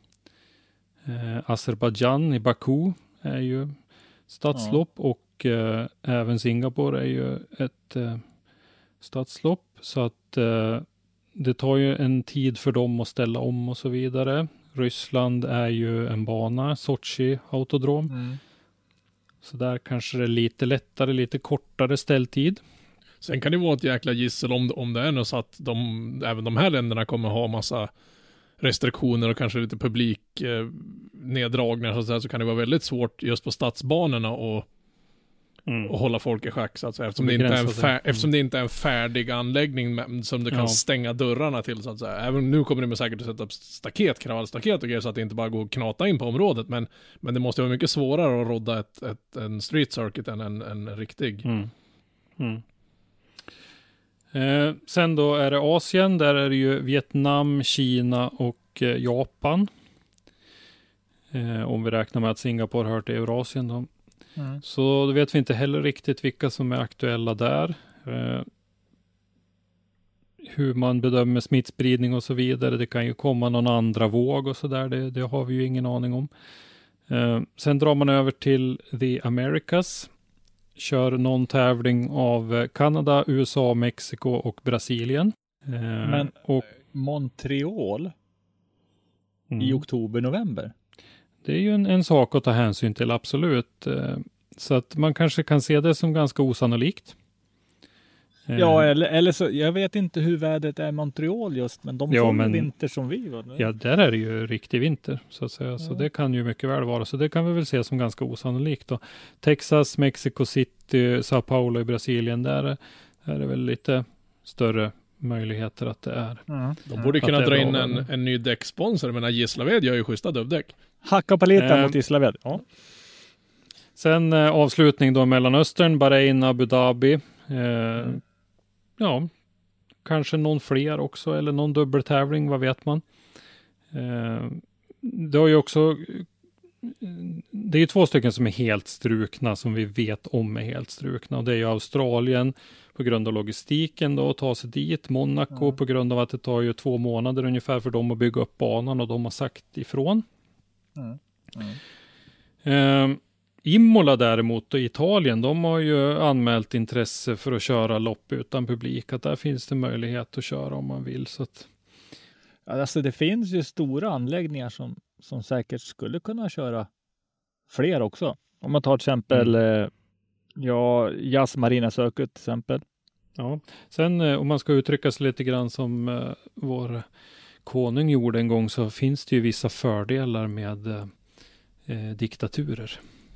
C: Eh, Azerbaijan i Baku är ju stadslopp, ja. och eh, även Singapore är ju ett eh, stadslopp. Så att eh, det tar ju en tid för dem att ställa om och så vidare. Ryssland är ju en bana, Sochi autodrom. Mm. Så där kanske det är lite lättare, lite kortare ställtid.
D: Sen kan det vara ett jäkla gissel om, om det är något så att de, även de här länderna kommer ha massa restriktioner och kanske lite publik eh, neddragningar så, att säga, så kan det vara väldigt svårt just på stadsbanorna och, mm. och hålla folk i schack så att säga, eftersom, det inte, är en fär, mm. eftersom det inte är en färdig anläggning med, som du kan ja. stänga dörrarna till så att säga. Även nu kommer det med säkert att sätta upp staket, kravallstaket och grejer så att det inte bara går att knata in på området, men, men det måste vara mycket svårare att rodda ett, ett, en street circuit än en, en riktig.
C: Mm. Mm. Eh, sen då är det Asien, där är det ju Vietnam, Kina och eh, Japan. Eh, om vi räknar med att Singapore hör till Eurasien då. Mm. Så då vet vi inte heller riktigt vilka som är aktuella där. Eh, hur man bedömer smittspridning och så vidare. Det kan ju komma någon andra våg och så där. Det, det har vi ju ingen aning om. Eh, sen drar man över till The Americas. Kör någon tävling av Kanada, U S A, Mexiko och Brasilien. Eh,
G: Men och Montreal mm. i oktober, november?
C: Det är ju en, en sak att ta hänsyn till, absolut. Eh, så att man kanske kan se det som ganska osannolikt.
G: Eh, ja, eller, eller så, jag vet inte hur vädret är i Montreal just, men de får men, vinter som vi var.
C: Ja, där är det ju riktig vinter, så att säga. Ja. Så det kan ju mycket väl vara. Så det kan vi väl se som ganska osannolikt då. Texas, Mexico City, Sao Paulo i Brasilien, där är det väl lite större möjligheter att det är.
D: Mm. De borde kunna dra in en, en ny däcksponsor, men Gislaved gör ju schyssta dubbdäck.
G: Hacka på lite eh, mot Gislaved. Ja.
C: Sen eh, avslutning då Mellanöstern, Bahrain, Abu Dhabi. Eh, mm. Ja, kanske någon fler också, eller någon dubbeltävling, vad vet man. Eh, det har ju också, det är ju två stycken som är helt strukna, som vi vet om är helt strukna, och det är ju Australien på grund av logistiken då, att ta sig dit, Monaco mm. på grund av att det tar ju två månader ungefär för dem att bygga upp banan, och de har sagt ifrån. Mm. Mm. Eh, Imola däremot och Italien, de har ju anmält intresse för att köra lopp utan publik. Att där finns det möjlighet att köra om man vill. Så att...
G: Alltså det finns ju stora anläggningar som, som säkert skulle kunna köra fler också. Om man tar till exempel mm. eh, ja, Jazz Marina Circuit till exempel.
C: Ja, sen eh, om man ska uttrycka sig lite grann som eh, vår konung gjorde en gång, så finns det ju vissa fördelar med eh, diktaturer.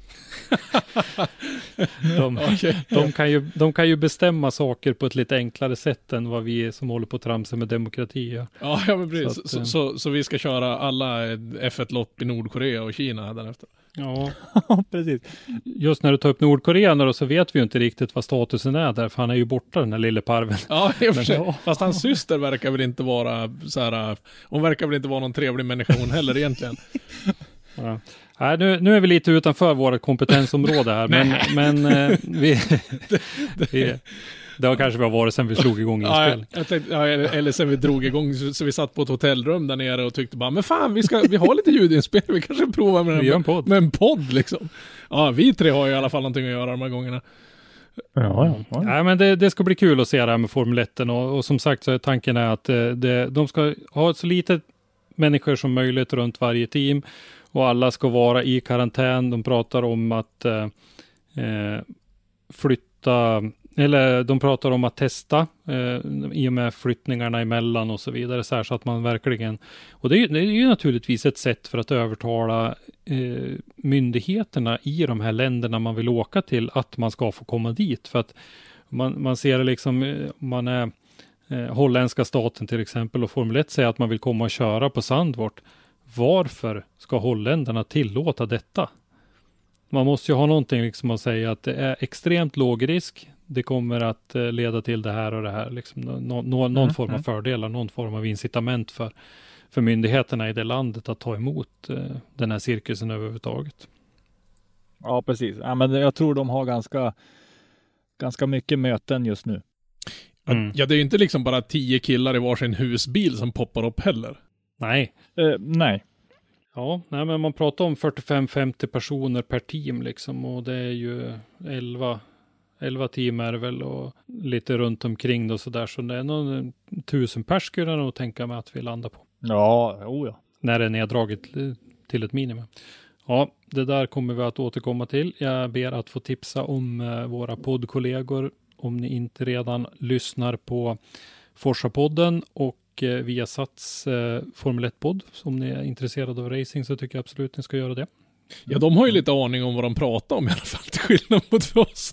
C: de, okay. de, kan ju, de kan ju bestämma saker på ett lite enklare sätt än vad vi som håller på att tramsa med demokrati. Ja,
D: ja, ja men precis. Så,
C: att,
D: så, så, så vi ska köra alla F ett-lopp i Nordkorea och Kina därefter.
C: Ja,
G: precis.
C: Just när du tar upp Nordkorea då, så vet vi ju inte riktigt vad statusen är där, för han är ju borta, den här lille parven.
D: Ja, i och för sig. Men, ja. Fast hans syster verkar väl inte vara så här, hon verkar väl inte vara någon trevlig människa hon heller egentligen.
C: Ja. Nej, nu, nu är vi lite utanför våra kompetensområde här, men, men eh, vi, vi, det har kanske vi har varit sen vi slog igång inspel.
D: Ja, jag tänkte, ja, eller, eller sen vi drog igång, så, så vi satt på ett hotellrum där nere och tyckte bara, men fan, vi, ska, vi har lite ljudinspel, vi kanske provar med,
C: en podd.
D: med en podd liksom. Ja, vi tre har ju i alla fall någonting att göra de här gångerna.
C: Ja, ja, ja. Nej, men det, det ska bli kul att se det här med Formel ett, och, och som sagt så är tanken är att det, de ska ha så lite människor som möjligt runt varje team. Och alla ska vara i karantän. De pratar om att eh, flytta, eller de pratar om att testa eh, i och med flyttningarna emellan och så vidare. Så, här, så att man verkligen, och det är, det är ju naturligtvis ett sätt för att övertala eh, myndigheterna i de här länderna man vill åka till att man ska få komma dit. För att man, man ser det liksom, man är eh, holländska staten till exempel, och Formel ett säger att man vill komma och köra på Zandvoort. Varför ska holländarna tillåta detta? Man måste ju ha någonting liksom att säga att det är extremt låg risk. Det kommer att eh, leda till det här och det här. Liksom, no, no, någon mm, form av mm. fördelar, någon form av incitament för, för myndigheterna i det landet att ta emot eh, den här cirkusen överhuvudtaget.
G: Ja, precis. Ja, men jag tror de har ganska, ganska mycket möten just nu.
D: Mm. Ja, det är ju inte liksom bara tio killar i varsin husbil som poppar upp heller.
C: Nej.
G: Uh, nej.
C: Ja, nej, men man pratar om fyrtiofem till femtio personer per team liksom, och det är ju elva, elva team är det väl, och lite runt omkring då så där, så det är någon tusen pers skulle jag nog tänka mig att vi landar på.
G: Ja, oh ja.
C: När det är neddraget till ett minimum. Ja, det där kommer vi att återkomma till. Jag ber att få tipsa om eh, våra poddkollegor, om ni inte redan lyssnar på Forsa-podden och via Sats eh, Formel ett-podd. Om ni är intresserade av racing så tycker jag absolut ni ska göra det.
D: Ja, de har ju lite aning om vad de pratar om i alla fall, till skillnad mot oss.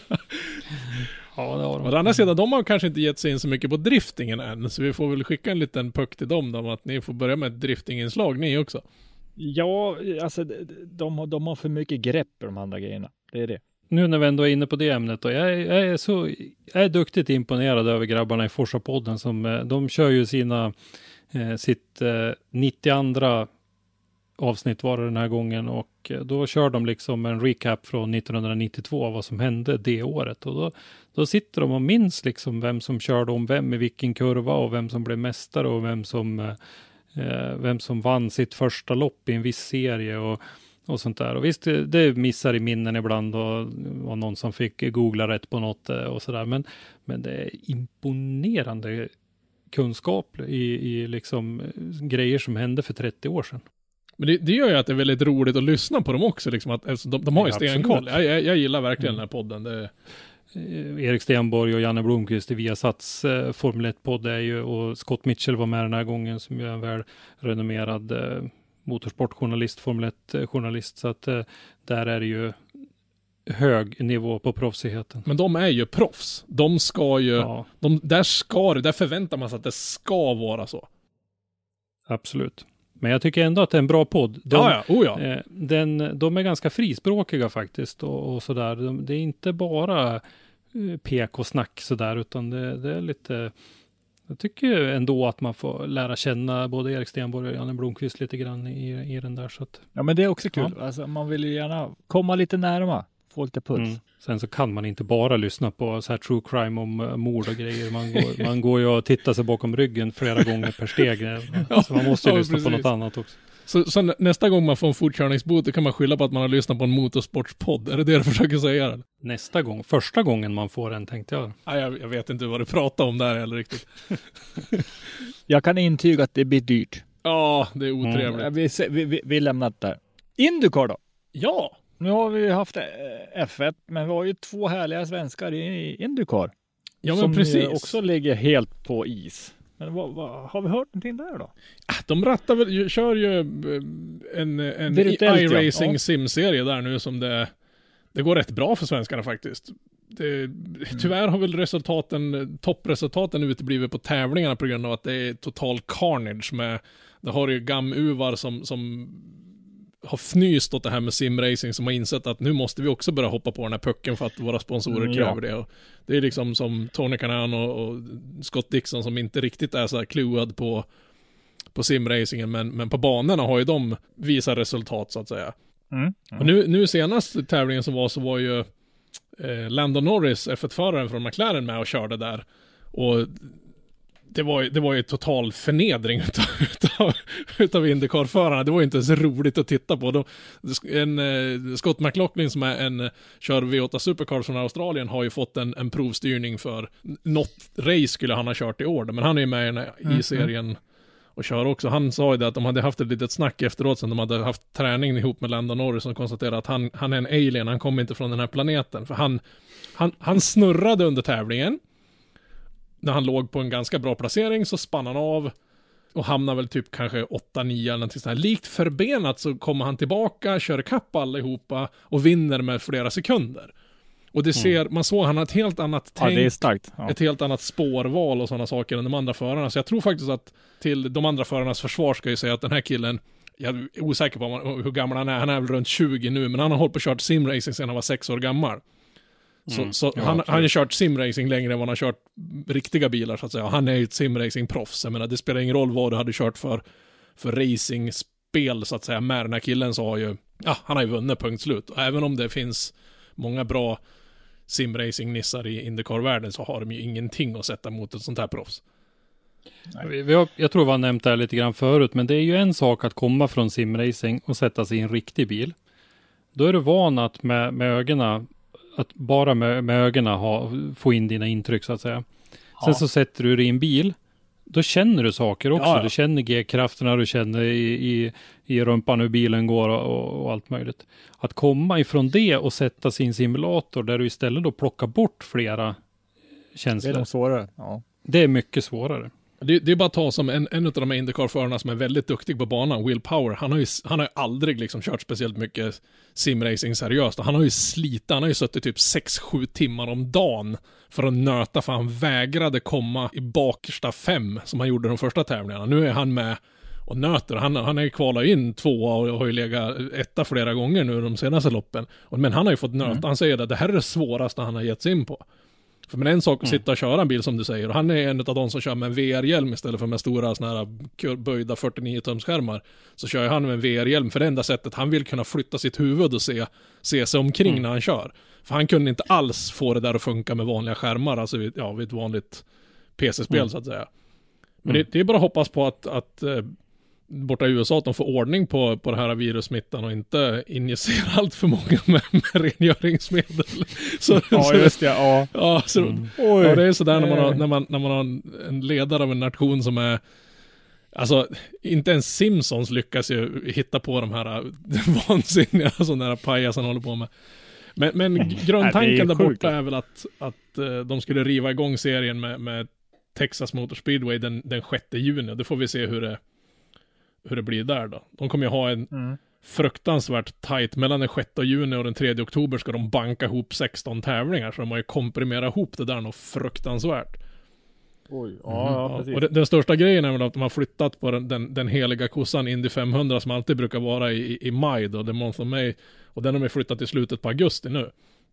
C: Ja, det har de.
D: Å andra sidan, de har kanske inte gett sig in så mycket på driftingen än, så vi får väl skicka en liten puck till dem om att ni får börja med ett driftinginslag ni också.
G: Ja, alltså de har, de har för mycket grepp på de andra grejerna. Det är det.
C: Nu när vi ändå är inne på det ämnet då, jag, jag är så jag är duktigt imponerad över grabbarna i Forsa-podden som de kör ju sina eh, sitt eh, nittioandra avsnitt var det den här gången, och då kör de liksom en recap från nittonhundranittiotvå vad som hände det året, och då, då sitter de och minns liksom vem som körde om vem i vilken kurva och vem som blev mästare och vem som eh, vem som vann sitt första lopp i en viss serie och och sånt där. Och visst, det missar i minnen ibland och var någon som fick googla rätt på något och sådär. Men, men det är imponerande kunskap i, i liksom grejer som hände för trettio år sedan.
D: Men det, det gör ju att det är väldigt roligt att lyssna på dem också. Liksom att, alltså, de, de har ju ja, stenkoll. Jag, jag, jag gillar verkligen mm. den här podden. Det...
C: Erik Stenborg och Janne Blomqvist i Viasats eh, Formel ett-podd är ju, och Scott Mitchell var med den här gången som ju är en väl renommerad eh, motorsportjournalist, Formel ett-journalist, så att eh, där är det ju hög nivå på proffsigheten.
D: Men de är ju proffs. De ska ju, ja. de, där ska det, där förväntar man sig att det ska vara så.
C: Absolut. Men jag tycker ändå att det är en bra podd. De,
D: ja, ja. Oh, ja.
C: Eh, den, de är ganska frispråkiga faktiskt och, och sådär. De, det är inte bara eh, P K-snack sådär, utan det, det är lite... Jag tycker ändå att man får lära känna både Erik Stenborg och Janne Blomqvist lite grann i, i den där. Så att,
G: ja, men det är också kul. Ja. Alltså, man vill ju gärna komma lite närmare, få lite puls. Mm.
C: Sen så kan man inte bara lyssna på så här true crime om uh, mord och grejer. Man går, man går ju och tittar sig bakom ryggen flera gånger per steg. Så man måste ju
D: ja,
C: lyssna
D: precis.
C: på något annat också.
D: Så, så nästa gång man får en fortkörningsbot, då kan man skylla på att man har lyssnat på en motorsportspodd. Är det det du försöker säga? Eller?
C: Nästa gång, första gången man får en, tänkte jag.
D: Nej, jag, jag vet inte vad du pratar om där eller riktigt.
G: Jag kan intyga att det blir dyrt.
D: Ja, det är otrevligt.
G: Mm. Vi, vi, vi, vi lämnar det där. Indycar då?
D: Ja!
G: Nu har vi haft F ett, men vi har ju två härliga svenskar i Indycar.
D: Ja, men
G: som
D: precis.
G: också ligger helt på is. Men vad, vad, har vi hört någonting där då?
D: De rattar väl, kör ju en, en iRacing ja. Sim-serie där nu som det, det går rätt bra för svenskarna faktiskt. Det, mm. Tyvärr har väl resultaten, toppresultaten uteblivit på tävlingarna på grund av att det är total carnage med, det har ju gamuvar som, som har fnyst åt det här med simracing, som har insett att nu måste vi också börja hoppa på den här pucken för att våra sponsorer mm, kräver ja. det. Och det är liksom som Tony Kanaan och, och Scott Dixon som inte riktigt är så här cluad på, på simracingen, men, men på banorna har ju de visat resultat så att säga. Mm, mm. Och nu, nu senast tävlingen som var så var ju eh, Lando Norris, F ett-föraren från McLaren, med och körde där. Och det var, det var ju total förnedring utav, utav, utav Indycar-förarna. Det var ju inte ens roligt att titta på. De, en, eh, Scott McLaughlin som är en kör V åtta Supercars från Australien har ju fått en, en provstyrning för något race skulle han ha kört i år. Men han är ju med i, den här, i serien och kör också. Han sa ju det att de hade haft ett litet snack efteråt sen de hade haft träning ihop med Lando Norris som konstaterade att han, han är en alien. Han kommer inte från den här planeten. För han, han, han snurrade under tävlingen. När han låg på en ganska bra placering så spann han av och hamnar väl typ kanske åtta nio eller någonting sånt här. Likt förbenat så kommer han tillbaka, kör kapp allihopa och vinner med flera sekunder. Och det ser, mm. man såg han har ett helt annat tänk,
G: ja, det är starkt. Ja.
D: Ett helt annat spårval och sådana saker än de andra förarna. Så jag tror faktiskt att till de andra förarnas försvar ska jag säga att den här killen, jag är osäker på hur gammal han är, han är väl runt tjugo nu, men han har hållit på och kört simracing sedan han var sex år gammal. Så, mm. så ja, han, han har kört simracing längre än vad han har kört riktiga bilar så att säga. Han är ju ett simracing-proffs. Jag menar, det spelar ingen roll vad du hade kört för, för racing-spel så att säga. Med den här killen så har ju, ja, han har ju vunnit, punkt slut. Och även om det finns många bra simracing-nissar i Indycar-världen så har de ju ingenting att sätta mot ett sånt här proffs.
C: Vi, vi har, jag tror vi har nämnt det här lite grann förut, men det är ju en sak att komma från simracing och sätta sig i en riktig bil. Då är du van att med, med ögonen att bara med, med ögonen ha, få in dina intryck så att säga. Ja. Sen så sätter du dig i en bil, då känner du saker också. Ja, ja. Du känner G-krafterna, du känner i, i, i rumpan hur bilen går och, och allt möjligt. Att komma ifrån det och sätta sin simulator där du istället då plockar bort flera känslor.
G: Det är svårare. Ja.
C: Det är mycket svårare.
D: Det, det är bara att ta som en, en av de här Indycar-förarna som är väldigt duktig på banan, Will Power. Han har ju, han har ju aldrig liksom kört speciellt mycket simracing seriöst. Han har ju slitit, han har ju suttit typ sex sju timmar om dagen för att nöta, för han vägrade komma i bakersta fem som han gjorde de första tävlingarna. Nu är han med och nöter. Han, han är ju kvalat in tvåa och har ju legat etta flera gånger nu de senaste loppen. Men han har ju fått nöta. Mm. Han säger att det här är det svåraste han har gett sig in på. För men en sak att sitta och köra en bil som du säger. Och han är en av de som kör med en V R-hjälm istället för med stora såna här böjda fyrtionio tums skärmar. Så kör han med en V R-hjälm för det enda sättet han vill kunna flytta sitt huvud och se, se sig omkring mm. när han kör. För han kunde inte alls få det där att funka med vanliga skärmar. Alltså vid, ja, vid ett vanligt P C-spel mm. så att säga. Men mm. det, det är bara att hoppas på att, att borta i U S A att de får ordning på, på det här virussmittan och inte injicerar allt för många med, med rengöringsmedel. Så,
G: ja,
D: så,
G: just det. Ja,
D: ja, så, mm. ja det är sådär när man, har, när, man, när man har en, en ledare av en nation som är, alltså inte ens Simpsons lyckas ju hitta på de här vansinniga sådana här pajasen håller på med. Men, men mm. grundtanken där borta är väl att, att uh, de skulle riva igång serien med, med Texas Motor Speedway den, den sjätte juni. Det får vi se hur det hur det blir där då. De kommer ju ha en mm. fruktansvärt tajt mellan den sjätte juni och den tredje oktober ska de banka ihop sexton tävlingar, så de har ju komprimerat ihop det där något fruktansvärt.
G: Oj, ja, mm. ja precis.
D: Och den, den största grejen är väl att de har flyttat på den, den, den heliga kossan Indy femhundra som alltid brukar vara i, i maj då, the month of May, och den har de flyttat till slutet på augusti nu.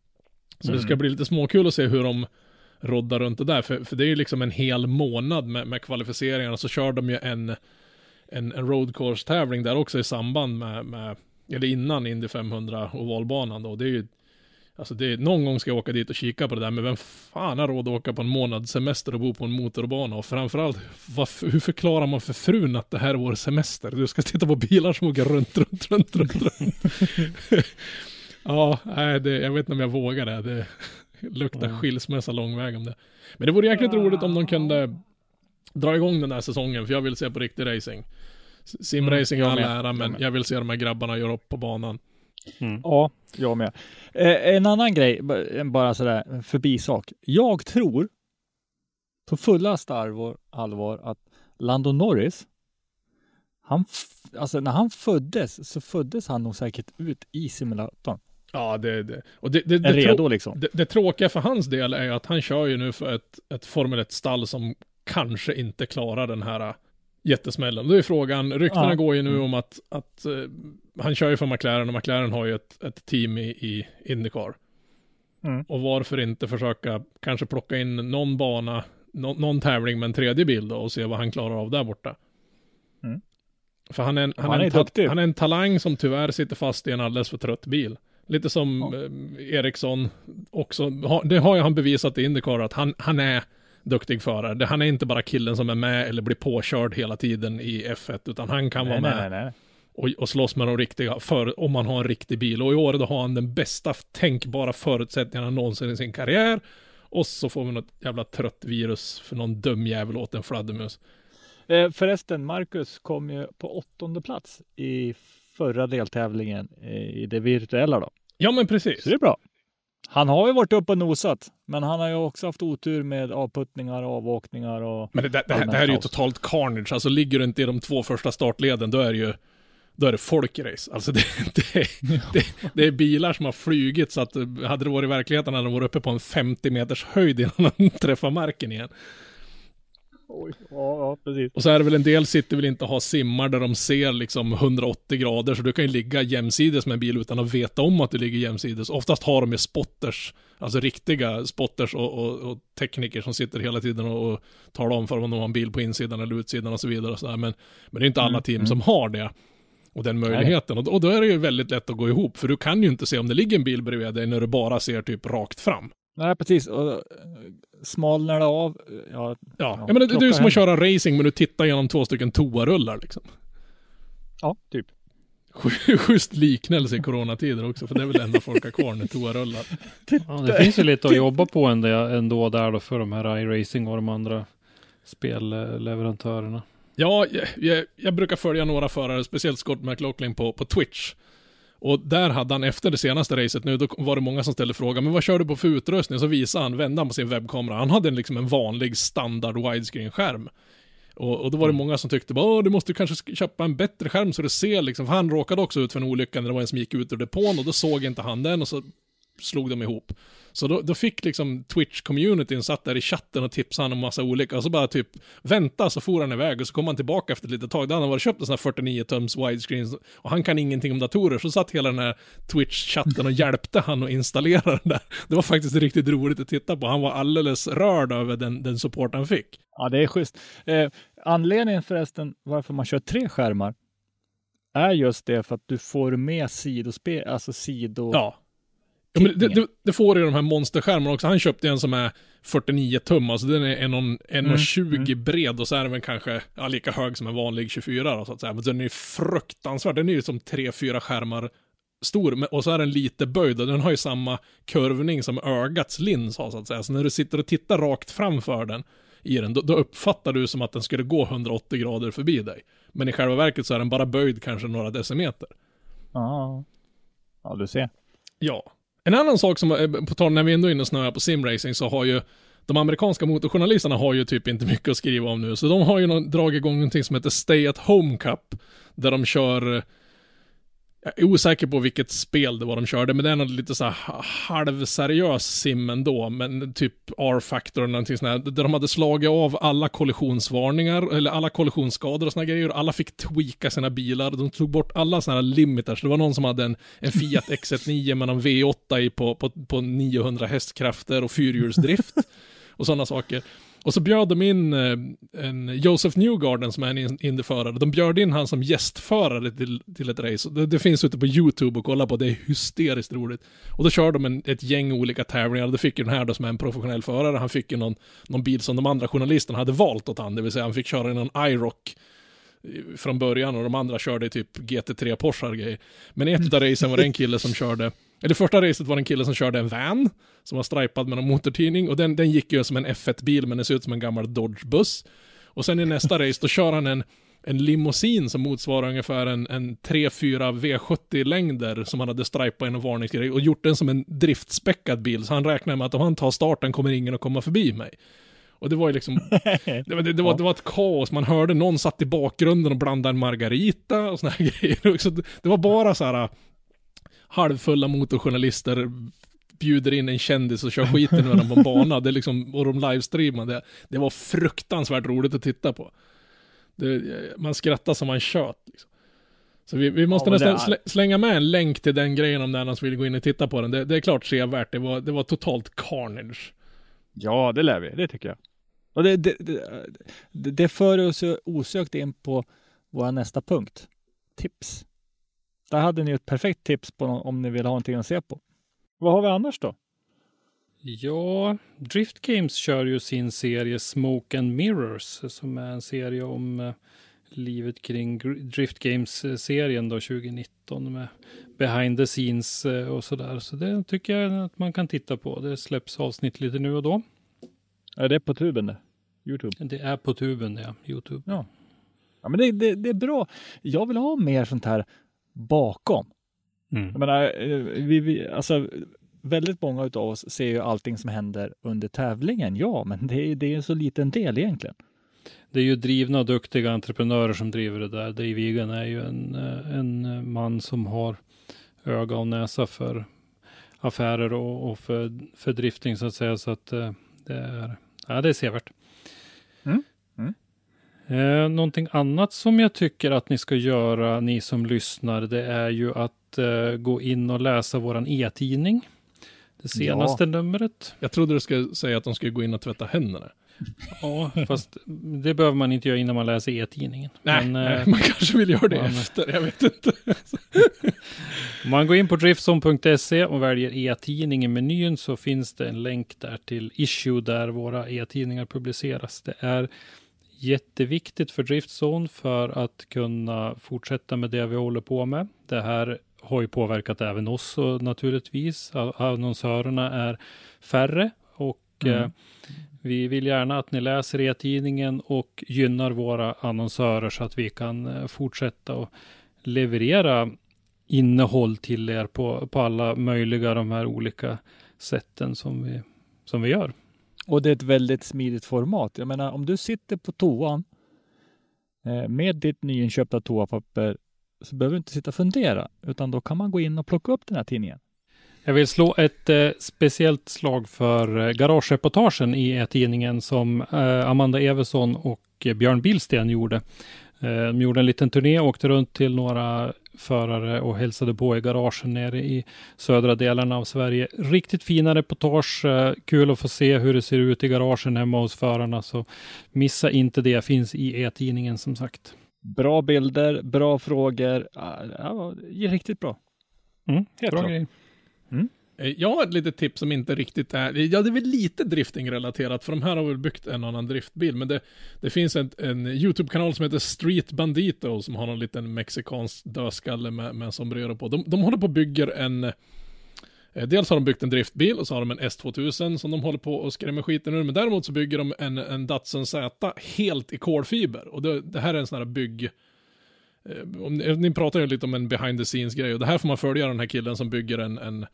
D: Så mm. det ska bli lite småkul att se hur de roddar runt det där, för, för det är ju liksom en hel månad med, med kvalificeringarna, så kör de ju en En, en road course-tävling där också i samband med, med eller innan Indy femhundra och valbanan då. Det är ju, Alltså det är, någon gång ska jag åka dit och kika på det där, men vem fan har råd att åka på en månads semester och bo på en motorbana? Och framförallt, vad, hur förklarar man för frun att det här är vår semester? Du ska titta på bilar som åker runt, runt, runt, runt, runt. Ja, nej, det, jag vet inte om jag vågar det. Det luktar mm. skilsmässa lång väg om det. Men det vore jäkligt ah. roligt om de kunde dra igång den här säsongen, för jag vill se på riktig racing. Simracing är all ära, men jag vill se de här grabbarna göra upp på banan.
G: Mm. Ja, jag med. Eh, en annan grej, bara sådär förbisak. Jag tror på fullaste allvar, allvar att Lando Norris, han f- alltså när han föddes så föddes han nog säkert ut i simulatorn.
D: Ja, det är det. Och det, det, det,
G: är redo
D: trå-
G: liksom.
D: Det, det tråkiga för hans del är att han kör ju nu för ett, ett Formel ett-stall som kanske inte klarar den här jättesmällen. Då är frågan, ryktena ja. går ju nu mm. om att, att uh, han kör ju för McLaren och McLaren har ju ett, ett team i, i IndyCar. Mm. Och varför inte försöka kanske plocka in någon bana, no, någon tävling med en tredje bil då och se vad han klarar av där borta. Mm. För han är, en, han, han, är en ta- han är en talang som tyvärr sitter fast i en alldeles för trött bil. Lite som ja. eh, Eriksson också. Ha, det har ju han bevisat i IndyCar att han, han är duktig förare. Det, han är inte bara killen som är med eller blir påkörd hela tiden i F ett, utan han kan nej, vara med nej, nej. Och, och slåss med de riktiga för, om man har en riktig bil. Och i år då har han den bästa tänkbara förutsättningarna någonsin i sin karriär. Och så får vi något jävla trött virus för någon dum jävel åt en fladdermus.
G: Eh, förresten, Marcus kom ju på åttonde plats i förra deltävlingen i det virtuella då.
D: Ja, men precis.
G: Så det är bra. Han har ju varit uppe och nosat, men han har ju också haft otur med avputtningar och avåkningar och...
D: Men det, det, det, här, det här är ju totalt carnage. Alltså ligger du inte i de två första startleden, då är det ju då är det folkrace. Alltså det, det, det, det är bilar som har flugit så att hade det varit i verkligheten hade de varit uppe på en femtio meters höjd innan de träffar marken igen.
G: Oj, ja, ja, precis.
D: Och så är det väl en del sitter väl inte ha simmar där de ser liksom hundraåttio grader, så du kan ju ligga jämsides med en bil utan att veta om att du ligger jämsides. Oftast har de ju spotters, alltså riktiga spotters och, och, och tekniker som sitter hela tiden och, och talar om för om de har en bil på insidan eller utsidan och så vidare och så där. Men, men det är inte alla team mm. som har det och den möjligheten. Och, och då är det ju väldigt lätt att gå ihop, för du kan ju inte se om det ligger en bil bredvid dig när du bara ser typ rakt fram.
G: Nej, precis. Och smalnar det av. Ja,
D: ja. ja men det, det är ju som att köra racing, men du tittar genom två stycken toarullar liksom.
G: Ja, typ.
D: Schysst liknelse i coronatider också, för det är väl enda folk har kvar när toarullar.
C: Ja, det finns ju lite att jobba på ändå, ändå där då för de här iRacing och de andra spelleverantörerna.
D: Ja, jag, jag, jag brukar följa några förare, speciellt Scott McLaughlin på, på Twitch. Och där hade han efter det senaste racet nu, då var det många som ställde frågan, men vad kör du på för utrustning? Så visade han, vände på sin webbkamera. Han hade liksom en vanlig standard widescreen-skärm. Och, och då var det många som tyckte, åh, du måste kanske köpa en bättre skärm så du ser liksom, för han råkade också ut för en olycka när det var en som gick ut ur depån och då såg inte han den och så slog de ihop. Så då, då fick liksom Twitch-communityn satt där i chatten och tipsade han om massa olika och så bara typ vänta, så for han iväg och så kom han tillbaka efter ett litet tag. Då hade han varit köpt en sån här fyrtionio tums widescreen och han kan ingenting om datorer, så satt hela den här Twitch-chatten och hjälpte han att installera den där. Det var faktiskt riktigt roligt att titta på. Han var alldeles rörd över den, den support han fick.
G: Ja, det är schysst. Eh, anledningen förresten varför man kör tre skärmar är just det för att du får med sidospel, alltså sido...
D: Ja. Ja, men det, det, det får ju de här monsterskärmarna också. Han köpte en som är fyrtionio tum, alltså den är en tjugo mm. bred och så är den väl kanske ja, lika hög som en vanlig tjugofyra då, så att säga. Men den är fruktansvärd, den är ju som tre, fyra skärmar stor, och så är den lite böjd och den har ju samma kurvning som ögats lins har, så att säga. Så när du sitter och tittar rakt framför den i den, då, då uppfattar du som att den skulle gå hundraåttio grader förbi dig. Men i själva verket så är den bara böjd kanske några decimeter.
G: Ja, ja du ser.
D: Ja. En annan sak som, på tal när vi ändå är inne och snöar på simracing, så har ju de amerikanska motorjournalisterna har ju typ inte mycket att skriva om nu. Så de har ju någon, dragit igång någonting som heter Stay at Home Cup. Där de kör, jag är osäker på vilket spel det var de körde, men det är något lite så här halvseriös sim ändå. Men typ R-Factor eller någonting sånt här. Där de hade slagit av alla kollisionsvarningar, eller alla kollisionsskador och såna grejer. Alla fick tweaka sina bilar. De tog bort alla såna här limiters. Det var någon som hade en, en Fiat X nittionio med en V åtta i på, på, på niohundra hästkrafter och fyrhjulsdrift och sådana saker. Och så bjöd de in eh, en Joseph Newgarden som är en indyförare. De bjöd in han som gästförare till, till ett race. Det, det finns ute på YouTube och kolla på, det är hysteriskt roligt. Och då kör de en, ett gäng olika tävlingar. Då fick ju den här då som är en professionell förare, han fick ju någon, någon bil som de andra journalisterna hade valt åt han. Det vill säga han fick köra i någon iRock från början och de andra körde typ G T tre Porsche och grejer. Men ett av racen var det en kille som körde, eller första racet var det en kille som körde en van som var stripad med en motortidning och den, den gick ju som en F ett-bil men den ser ut som en gammal Dodge-buss. Och sen i nästa race då kör han en, en limousin som motsvarar ungefär en, en tre fyra V sjuttio-längder som han hade stripat i en varningsgrej och gjort den som en driftspäckad bil. Så han räknar med att om han tar starten kommer ingen att komma förbi mig. Och det var ju liksom, det, det, det, var, det var ett kaos. Man hörde någon satt i bakgrunden och blandade en margarita och såna här grejer. Så det, det var bara så här halvfulla motorjournalister bjuder in en kändis och kör skiten med dem på en bana. Det liksom, och de livestreamade. Det, det var fruktansvärt roligt att titta på. Det, man skrattar som man kött. Liksom. Så vi, vi måste ja, nästan är... slänga med en länk till den grejen om den som vill gå in och titta på den. Det, det är klart sevärt. Det var, det var totalt carnage.
G: Ja, det lär vi. Det tycker jag. Och det, det, det, det för oss osökt in på vår nästa punkt. Tips. Där hade ni ett perfekt tips på om ni vill ha någonting att se på. Vad har vi annars då?
C: Ja, Drift Games kör ju sin serie Smoke and Mirrors som är en serie om uh, livet kring Drift Games-serien då tjugonitton med behind the scenes uh, och sådär. Så det tycker jag att man kan titta på. Det släpps avsnitt lite nu och då.
G: Är det på tuben det? YouTube?
C: Det är på tuben, ja. YouTube.
G: Ja, ja men det, det, det är bra. Jag vill ha mer sånt här bakom. Mm. Jag menar, vi, vi, alltså, väldigt många av oss ser ju allting som händer under tävlingen. Ja, men det är, det är en så liten del egentligen.
C: Det är ju drivna och duktiga entreprenörer som driver det där. Dave Egan är ju en, en man som har öga och näsa för affärer och, och för, för drifting så att säga. Så att det är, ja, det är sevärt. Mm. Mm. Eh, någonting annat som jag tycker att ni ska göra, ni som lyssnar, det är ju att eh, gå in och läsa våran e-tidning. Det senaste ja. numret.
D: Jag trodde du skulle säga att de skulle gå in och tvätta händerna.
C: Ja, fast det behöver man inte göra innan man läser e-tidningen.
D: Nej,
C: Men,
D: nej
C: eh,
D: man kanske vill göra det
C: man,
D: efter, jag vet inte.
C: Om man går in på driftson punkt se och väljer e-tidning i menyn så finns det en länk där till issue där våra e-tidningar publiceras. Det är jätteviktigt för Driftzone för att kunna fortsätta med det vi håller på med. Det här har ju påverkat även oss och naturligtvis. Annonsörerna är färre och mm. eh, vi vill gärna att ni läser e-tidningen och gynnar våra annonsörer så att vi kan eh, fortsätta och leverera innehåll till er på, på alla möjliga de här olika sätten som vi, som vi gör.
G: Och det är ett väldigt smidigt format. Jag menar, om du sitter på toan eh, med ditt nyinköpta toapapper så behöver du inte sitta och fundera, utan då kan man gå in och plocka upp den här tidningen.
C: Jag vill slå ett eh, speciellt slag för eh, garagereportagen i eh, tidningen som eh, Amanda Everson och eh, Björn Billsten gjorde. Eh, de gjorde en liten turné och åkte runt till några förare och hälsade på i garagen nere i södra delarna av Sverige. Riktigt fina reportage, eh, kul att få se hur det ser ut i garagen hemma hos förarna, så missa inte det, finns i e-tidningen som sagt.
G: Bra bilder, bra frågor, ja, ja, riktigt bra.
C: Mm, bra grej.
G: Mm.
D: Jag har ett litet tips som inte riktigt är, ja det är väl lite drifting-relaterat, för de här har väl byggt en annan driftbil, men det, det finns en, en YouTube-kanal som heter Street Bandito som har någon liten mexikansk dödskalle med, med en sombrero på. De, de håller på och bygger en, dels har de byggt en driftbil och så har de en S tvåtusen som de håller på och skrämmer skiten ur, men däremot så bygger de en, en Datsun Z helt i kolfiber, och det, det här är en sån här bygg. Om, ni pratar ju lite om en behind the scenes grej, och det här får man följa den här killen som bygger en en,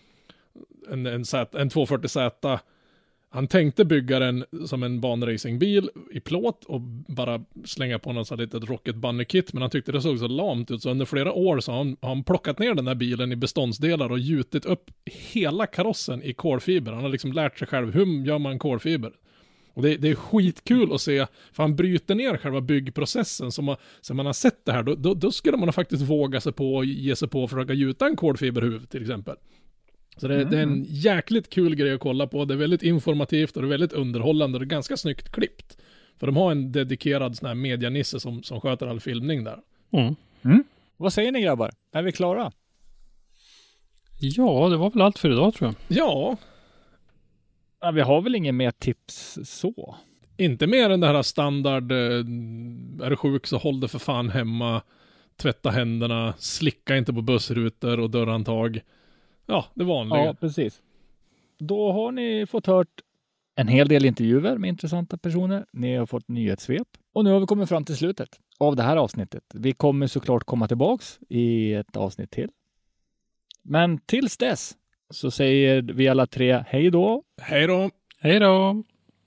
D: en, en, Z, en tvåhundrafyrtio Z. Han tänkte bygga den som en banracingbil i plåt och bara slänga på något så litet Rocket Bunny-kit, men han tyckte det såg så lamt ut, så under flera år så har han, har han plockat ner den här bilen i beståndsdelar och gjutit upp hela karossen i kolfiber. Han har liksom lärt sig själv, hur gör man kolfiber? Och det, det är skitkul att se, för han bryter ner själva byggprocessen. Som man, så man har sett det här, då, då, då skulle man faktiskt våga sig på och ge sig på att försöka gjuta en kolfiberhuvud till exempel. Så det, mm. det är en jäkligt kul grej att kolla på. Det är väldigt informativt och det är väldigt underhållande och det är ganska snyggt klippt. För de har en dedikerad sån här medianisse som, som sköter all filmning där.
G: Mm. Mm. Vad säger ni grabbar? Är vi klara?
C: Ja, det var väl allt för idag tror jag.
D: Ja.
G: ja vi har väl ingen mer tips så.
D: Inte mer än det här standard, är du sjuk så håll det för fan hemma, tvätta händerna, slicka inte på bussrutor och dörrhandtag. Ja, det vanliga.
G: Ja, precis. Då har ni fått hört en hel del intervjuer med intressanta personer. Ni har fått nyhetssvep. Och nu har vi kommit fram till slutet av det här avsnittet. Vi kommer såklart komma tillbaks i ett avsnitt till. Men tills dess så säger vi alla tre hej då.
D: Hej då.
C: Hej då.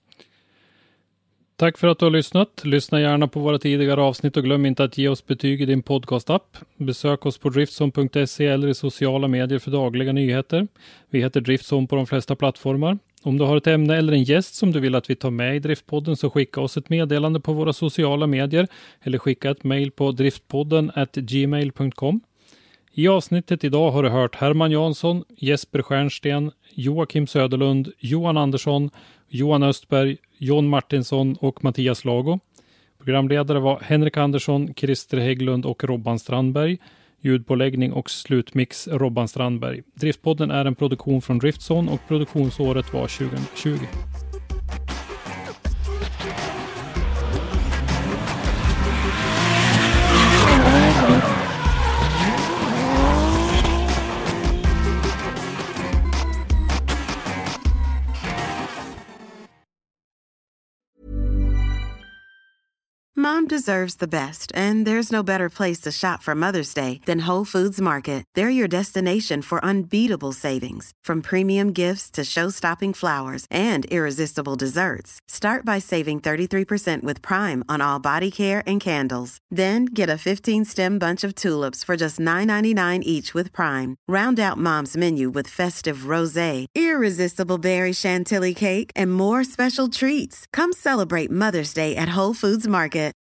C: Tack för att du har lyssnat. Lyssna gärna på våra tidigare avsnitt och glöm inte att ge oss betyg i din podcastapp. Besök oss på driftzone punkt se eller i sociala medier för dagliga nyheter. Vi heter Driftzone på de flesta plattformar. Om du har ett ämne eller en gäst som du vill att vi tar med i Driftpodden så skicka oss ett meddelande på våra sociala medier eller skicka ett mejl på driftpodden at gmail punkt com. I avsnittet idag har du hört Herman Jansson, Jesper Stjernsten, Joakim Söderlund, Johan Andersson, Johan Östberg, John Martinsson och Mattias Lago. Programledare var Henrik Andersson, Christer Hägglund och Robban Strandberg. Ljudpåläggning och slutmix Robban Strandberg. Driftpodden är en produktion från Driftzone och produktionsåret var tjugo tjugo.
B: Mom deserves the best, and there's no better place to shop for Mother's Day than Whole Foods Market. They're your destination for unbeatable savings, from premium gifts to show-stopping flowers and irresistible desserts. Start by saving thirty-three percent with Prime on all body care and candles. Then get a fifteen-stem bunch of tulips for just nine ninety-nine each with Prime. Round out Mom's menu with festive rosé, irresistible berry chantilly cake, and more special treats. Come celebrate Mother's Day at Whole Foods Market.